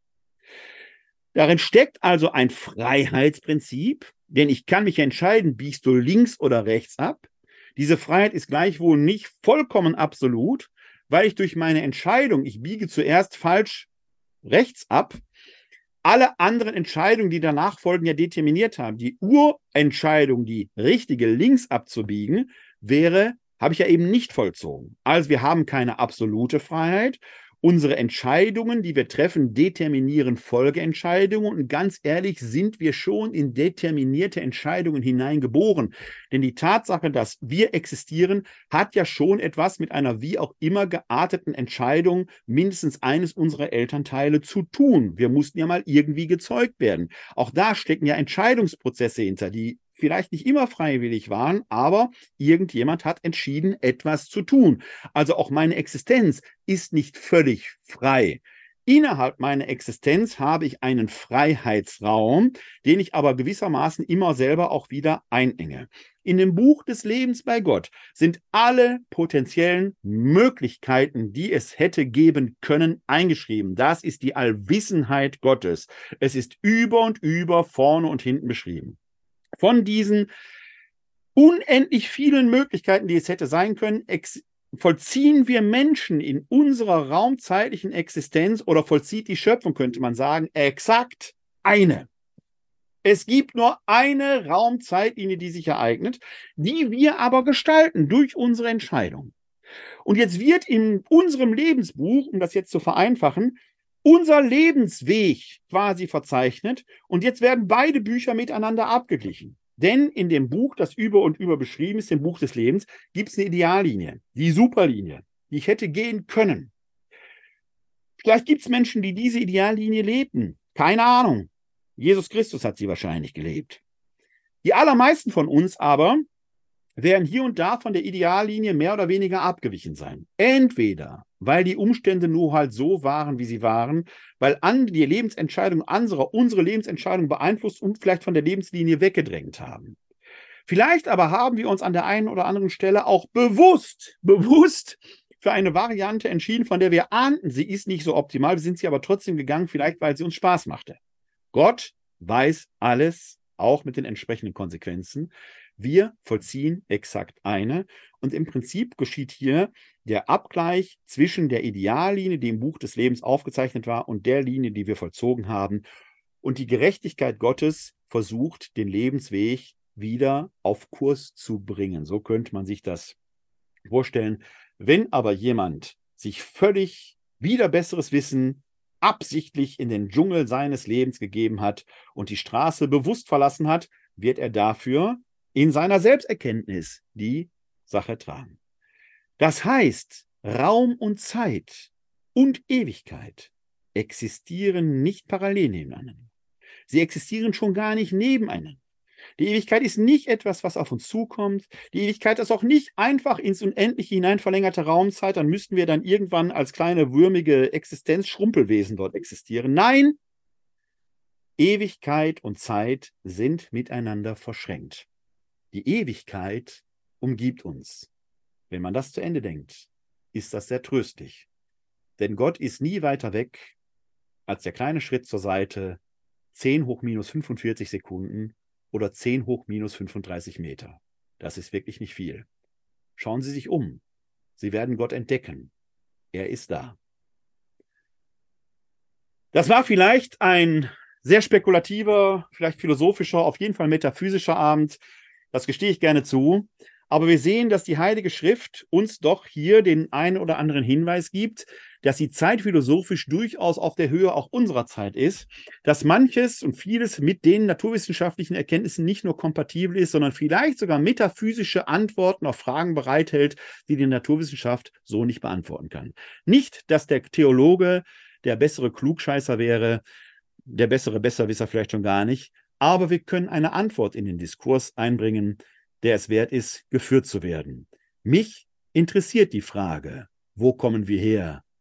Darin steckt also ein Freiheitsprinzip, denn ich kann mich entscheiden, biegst du links oder rechts ab. Diese Freiheit ist gleichwohl nicht vollkommen absolut, weil ich durch meine Entscheidung, ich biege zuerst falsch rechts ab, alle anderen Entscheidungen, die danach folgen, ja determiniert haben. Die Urentscheidung, die richtige links abzubiegen, wäre, habe ich ja eben nicht vollzogen. Also wir haben keine absolute Freiheit. Unsere Entscheidungen, die wir treffen, determinieren Folgeentscheidungen. Und ganz ehrlich, sind wir schon in determinierte Entscheidungen hineingeboren. Denn die Tatsache, dass wir existieren, hat ja schon etwas mit einer wie auch immer gearteten Entscheidung mindestens eines unserer Elternteile zu tun. Wir mussten ja mal irgendwie gezeugt werden. Auch da stecken ja Entscheidungsprozesse hinter, die vielleicht nicht immer freiwillig waren, aber irgendjemand hat entschieden, etwas zu tun. Also auch meine Existenz ist nicht völlig frei. Innerhalb meiner Existenz habe ich einen Freiheitsraum, den ich aber gewissermaßen immer selber auch wieder einenge. In dem Buch des Lebens bei Gott sind alle potenziellen Möglichkeiten, die es hätte geben können, eingeschrieben. Das ist die Allwissenheit Gottes. Es ist über und über, vorne und hinten beschrieben. Von diesen unendlich vielen Möglichkeiten, die es hätte sein können, vollziehen wir Menschen in unserer raumzeitlichen Existenz oder vollzieht die Schöpfung, könnte man sagen, exakt eine. Es gibt nur eine Raumzeitlinie, die sich ereignet, die wir aber gestalten durch unsere Entscheidung. Und jetzt wird in unserem Lebensbuch, um das jetzt zu vereinfachen, unser Lebensweg quasi verzeichnet und jetzt werden beide Bücher miteinander abgeglichen. Denn in dem Buch, das über und über beschrieben ist, dem Buch des Lebens, gibt es eine Ideallinie, die Superlinie, die ich hätte gehen können. Vielleicht gibt es Menschen, die diese Ideallinie lebten. Keine Ahnung. Jesus Christus hat sie wahrscheinlich gelebt. Die allermeisten von uns aber werden hier und da von der Ideallinie mehr oder weniger abgewichen sein. Entweder, weil die Umstände nur halt so waren, wie sie waren, weil an die Lebensentscheidung anderer unsere Lebensentscheidung beeinflusst und vielleicht von der Lebenslinie weggedrängt haben. Vielleicht aber haben wir uns an der einen oder anderen Stelle auch bewusst, bewusst für eine Variante entschieden, von der wir ahnten, sie ist nicht so optimal, wir sind sie aber trotzdem gegangen, vielleicht weil sie uns Spaß machte. Gott weiß alles, auch mit den entsprechenden Konsequenzen. Wir vollziehen exakt eine. Und im Prinzip geschieht hier der Abgleich zwischen der Ideallinie, die im Buch des Lebens aufgezeichnet war, und der Linie, die wir vollzogen haben. Und die Gerechtigkeit Gottes versucht, den Lebensweg wieder auf Kurs zu bringen. So könnte man sich das vorstellen. Wenn aber jemand sich völlig wider besseres Wissen absichtlich in den Dschungel seines Lebens gegeben hat und die Straße bewusst verlassen hat, wird er dafür in seiner Selbsterkenntnis die Sache tragen. Das heißt, Raum und Zeit und Ewigkeit existieren nicht parallel nebeneinander. Sie existieren schon gar nicht nebeneinander. Die Ewigkeit ist nicht etwas, was auf uns zukommt. Die Ewigkeit ist auch nicht einfach ins Unendliche hinein verlängerte Raumzeit. Dann müssten wir dann irgendwann als kleine würmige Existenzschrumpelwesen dort existieren. Nein, Ewigkeit und Zeit sind miteinander verschränkt. Die Ewigkeit umgibt uns. Wenn man das zu Ende denkt, ist das sehr tröstlich. Denn Gott ist nie weiter weg als der kleine Schritt zur Seite, zehn hoch minus fünfundvierzig Sekunden oder zehn hoch minus fünfunddreißig Meter. Das ist wirklich nicht viel. Schauen Sie sich um. Sie werden Gott entdecken. Er ist da. Das war vielleicht ein sehr spekulativer, vielleicht philosophischer, auf jeden Fall metaphysischer Abend. Das gestehe ich gerne zu. Aber wir sehen, dass die Heilige Schrift uns doch hier den einen oder anderen Hinweis gibt, dass sie zeitphilosophisch durchaus auf der Höhe auch unserer Zeit ist, dass manches und vieles mit den naturwissenschaftlichen Erkenntnissen nicht nur kompatibel ist, sondern vielleicht sogar metaphysische Antworten auf Fragen bereithält, die die Naturwissenschaft so nicht beantworten kann. Nicht, dass der Theologe der bessere Klugscheißer wäre, der bessere Besserwisser vielleicht schon gar nicht, aber wir können eine Antwort in den Diskurs einbringen, der es wert ist, geführt zu werden. Mich interessiert die Frage, wo kommen wir her?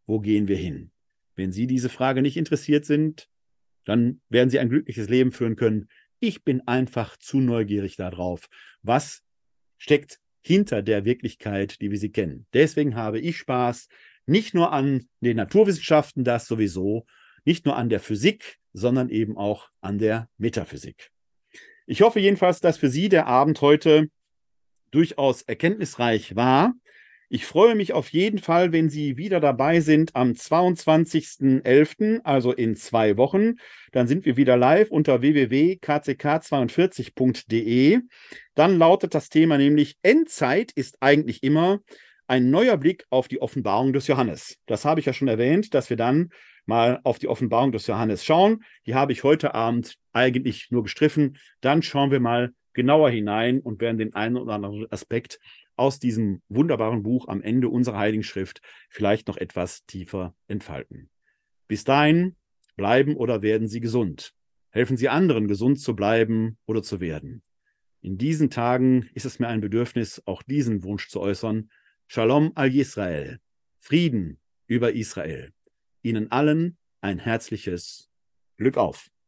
wo gehen wir hin? Wenn Sie diese Frage nicht interessiert sind, dann werden Sie ein glückliches Leben führen können. Ich bin einfach zu neugierig darauf, was steckt hinter der Wirklichkeit, die wir sie kennen. Deswegen habe ich Spaß, nicht nur an den Naturwissenschaften, das sowieso, nicht nur an der Physik, sondern eben auch an der Metaphysik. Ich hoffe jedenfalls, dass für Sie der Abend heute durchaus erkenntnisreich war. Ich freue mich auf jeden Fall, wenn Sie wieder dabei sind am zweiundzwanzigsten elften, also in zwei Wochen. Dann sind wir wieder live unter w w w punkt k c k zweiundvierzig punkt d e. Dann lautet das Thema nämlich: Endzeit ist eigentlich immer ein neuer Blick auf die Offenbarung des Johannes. Das habe ich ja schon erwähnt, dass wir dann mal auf die Offenbarung des Johannes schauen. Die habe ich heute Abend eigentlich nur gestriffen. Dann schauen wir mal genauer hinein und werden den einen oder anderen Aspekt aus diesem wunderbaren Buch am Ende unserer Heiligen Schrift vielleicht noch etwas tiefer entfalten. Bis dahin, bleiben oder werden Sie gesund. Helfen Sie anderen, gesund zu bleiben oder zu werden. In diesen Tagen ist es mir ein Bedürfnis, auch diesen Wunsch zu äußern. Shalom al Yisrael, Frieden über Israel. Ihnen allen ein herzliches Glück auf.